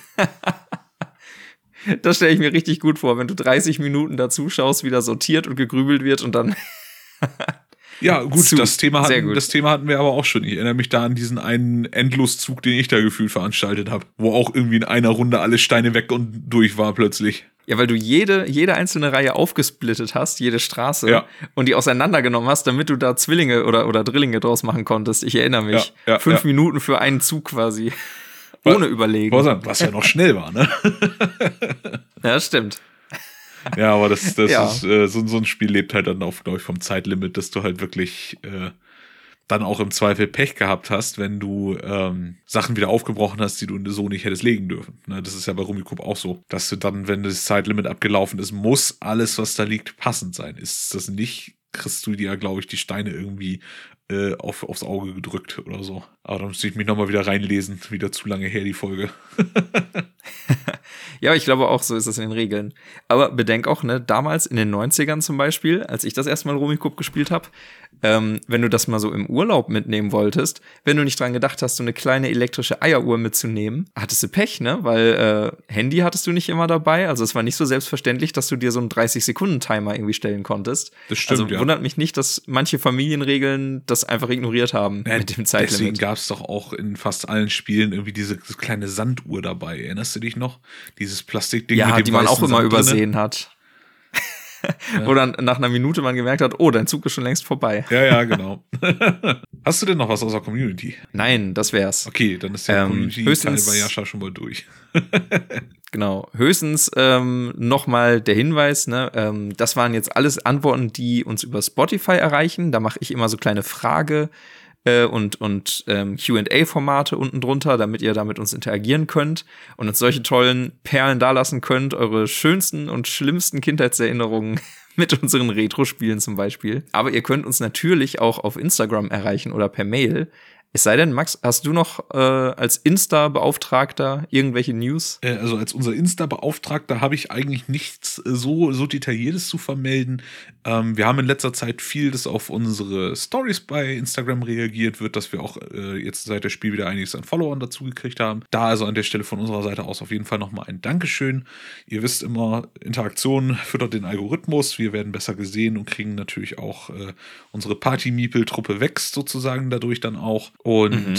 Das stelle ich mir richtig gut vor, wenn du 30 Minuten da zuschaust, wie da sortiert und gegrübelt wird und dann ja, gut, das Thema hatten wir aber auch schon. Ich erinnere mich da an diesen einen Endloszug, den ich da gefühlt veranstaltet habe, wo auch irgendwie in einer Runde alle Steine weg und durch war plötzlich. Ja, weil du jede einzelne Reihe aufgesplittet hast, jede Straße, und die auseinandergenommen hast, damit du da Zwillinge oder Drillinge draus machen konntest. Ich erinnere mich. 5 Minuten für einen Zug quasi. Ohne Überlegen. Was ja noch schnell war, ne? Ja, stimmt. Ja, aber das ist so ein Spiel lebt halt dann auch, glaube ich, vom Zeitlimit, dass du halt wirklich dann auch im Zweifel Pech gehabt hast, wenn du Sachen wieder aufgebrochen hast, die du so nicht hättest legen dürfen. Ne, das ist ja bei Rummikub auch so, dass du dann, wenn das Zeitlimit abgelaufen ist, muss alles, was da liegt, passend sein. Ist das nicht, kriegst du dir, glaube ich, die Steine irgendwie aufs Auge gedrückt oder so. Aber da müsste ich mich nochmal wieder reinlesen. Wieder zu lange her, die Folge. Ja, ich glaube auch, so ist es in den Regeln. Aber bedenk auch, ne, damals in den 90ern zum Beispiel, als ich das erste Mal Rummikub gespielt habe, wenn du das mal so im Urlaub mitnehmen wolltest, wenn du nicht dran gedacht hast, so eine kleine elektrische Eieruhr mitzunehmen, hattest du Pech, ne? Weil Handy hattest du nicht immer dabei. Also es war nicht so selbstverständlich, dass du dir so einen 30-Sekunden-Timer irgendwie stellen konntest. Das stimmt, also wundert mich nicht, dass manche Familienregeln das einfach ignoriert haben mit dem Zeitlimit. Deswegen gab es doch auch in fast allen Spielen irgendwie diese kleine Sanduhr dabei. Erinnerst du dich noch? Dieses Plastikding mit dem die man auch immer Sand übersehen drinne hat. Ja. Wo dann nach einer Minute man gemerkt hat, oh, dein Zug ist schon längst vorbei. Ja, genau. Hast du denn noch was aus der Community? Nein, das wär's. Okay, dann ist der Community-Teil bei Jascha schon mal durch. Genau, höchstens nochmal der Hinweis, ne, das waren jetzt alles Antworten, die uns über Spotify erreichen. Da mache ich immer so kleine Frage- und Q&A-Formate unten drunter, damit ihr da mit uns interagieren könnt und uns solche tollen Perlen dalassen könnt, eure schönsten und schlimmsten Kindheitserinnerungen mit unseren Retro-Spielen zum Beispiel. Aber ihr könnt uns natürlich auch auf Instagram erreichen oder per Mail. Es sei denn, Max, hast du noch als Insta-Beauftragter irgendwelche News? Also als unser Insta-Beauftragter habe ich eigentlich nichts so Detailliertes zu vermelden. Wir haben in letzter Zeit viel, das auf unsere Stories bei Instagram reagiert wird, dass wir auch jetzt seit dem Spiel wieder einiges an Followern dazu gekriegt haben. Da also an der Stelle von unserer Seite aus auf jeden Fall nochmal ein Dankeschön. Ihr wisst immer, Interaktion füttert den Algorithmus. Wir werden besser gesehen und kriegen natürlich auch unsere Party-Meeple-Truppe wächst sozusagen dadurch dann auch. Und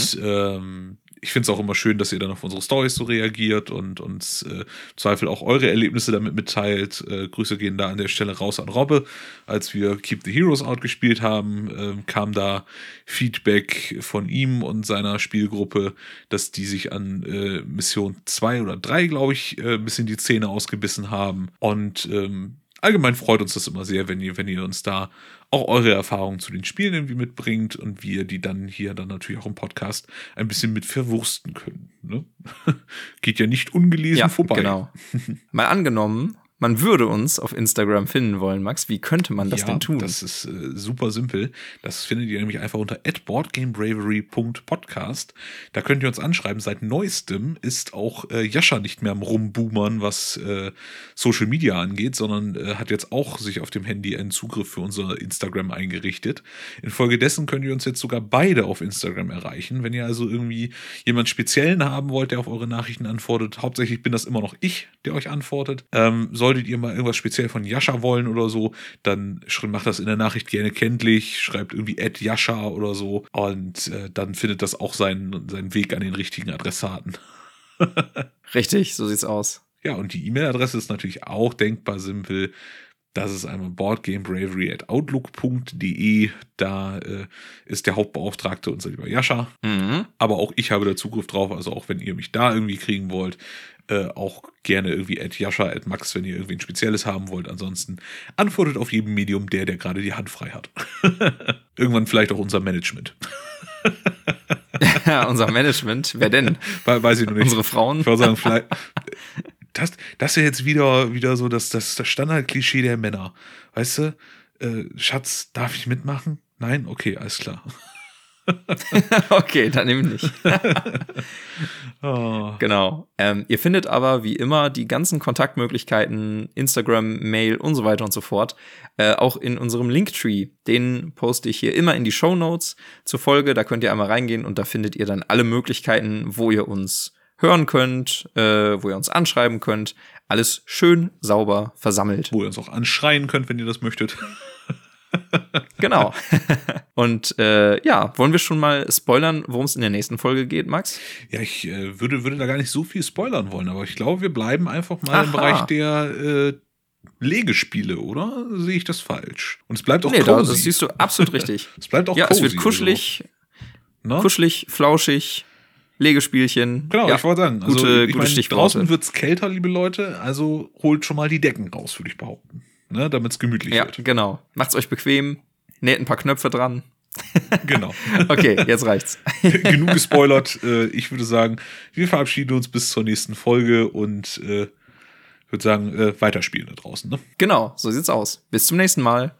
ich finde es auch immer schön, dass ihr dann auf unsere Storys so reagiert und uns Zweifel auch eure Erlebnisse damit mitteilt. Grüße gehen da an der Stelle raus an Robbe. Als wir Keep the Heroes Out gespielt haben, kam da Feedback von ihm und seiner Spielgruppe, dass die sich an Mission 2 oder 3, glaube ich, ein bisschen die Zähne ausgebissen haben. Und allgemein freut uns das immer sehr, wenn ihr uns da auch eure Erfahrungen zu den Spielen irgendwie mitbringt und wir die dann hier dann natürlich auch im Podcast ein bisschen mit verwursten können. Ne? Geht ja nicht ungelesen vorbei. Genau. Mal angenommen, man würde uns auf Instagram finden wollen, Max. Wie könnte man das denn tun? Das ist super simpel. Das findet ihr nämlich einfach unter @boardgamebravery.podcast. Da könnt ihr uns anschreiben. Seit neuestem ist auch Jascha nicht mehr am Rumboomern, was Social Media angeht, sondern hat jetzt auch sich auf dem Handy einen Zugriff für unser Instagram eingerichtet. Infolgedessen könnt ihr uns jetzt sogar beide auf Instagram erreichen. Wenn ihr also irgendwie jemanden Speziellen haben wollt, der auf eure Nachrichten antwortet, hauptsächlich bin das immer noch ich, der euch antwortet, solltet solltet ihr mal irgendwas speziell von Jascha wollen oder so, dann macht das in der Nachricht gerne kenntlich, schreibt irgendwie @Jascha oder so und dann findet das auch seinen Weg an den richtigen Adressaten. Richtig, so sieht's aus. Ja, und die E-Mail-Adresse ist natürlich auch denkbar simpel. Das ist einmal boardgamebravery@outlook.de. Da ist der Hauptbeauftragte unser lieber Jascha. Mhm. Aber auch ich habe da Zugriff drauf. Also auch wenn ihr mich da irgendwie kriegen wollt, auch gerne irgendwie @Jascha, @Max, wenn ihr irgendwie ein Spezielles haben wollt. Ansonsten antwortet auf jedem Medium der gerade die Hand frei hat. Irgendwann vielleicht auch unser Management. Ja, unser Management. Wer denn? Weiß ich noch nicht. Unsere Frauen? Ich würde sagen, vielleicht. Das ist ja jetzt wieder so das Standardklischee der Männer. Weißt du, Schatz, darf ich mitmachen? Nein? Okay, alles klar. Okay, dann eben nicht. Oh. Genau. Ihr findet aber wie immer die ganzen Kontaktmöglichkeiten, Instagram, Mail und so weiter und so fort, auch in unserem Linktree. Den poste ich hier immer in die Shownotes zur Folge. Da könnt ihr einmal reingehen und da findet ihr dann alle Möglichkeiten, wo ihr uns hören könnt, wo ihr uns anschreiben könnt. Alles schön sauber versammelt. Wo ihr uns auch anschreien könnt, wenn ihr das möchtet. Genau. Und wollen wir schon mal spoilern, worum es in der nächsten Folge geht, Max? Ja, ich würde da gar nicht so viel spoilern wollen, aber ich glaube, wir bleiben einfach mal im Bereich der Legespiele, oder? Sehe ich das falsch? Und es bleibt auch cozy. Das siehst du absolut richtig. Es bleibt auch cozy. Ja, es wird kuschelig, flauschig, Legespielchen. Genau, ja, ich wollte sagen, gute Stichworte. Draußen wird's kälter, liebe Leute, also holt schon mal die Decken raus, würde ich behaupten. Ne, damit es gemütlich wird. Ja, genau. Macht's euch bequem, näht ein paar Knöpfe dran. Genau. Okay, jetzt reicht's. Genug gespoilert. Ich würde sagen, wir verabschieden uns bis zur nächsten Folge und würde sagen, weiterspielen da draußen. Ne? Genau, so sieht's aus. Bis zum nächsten Mal.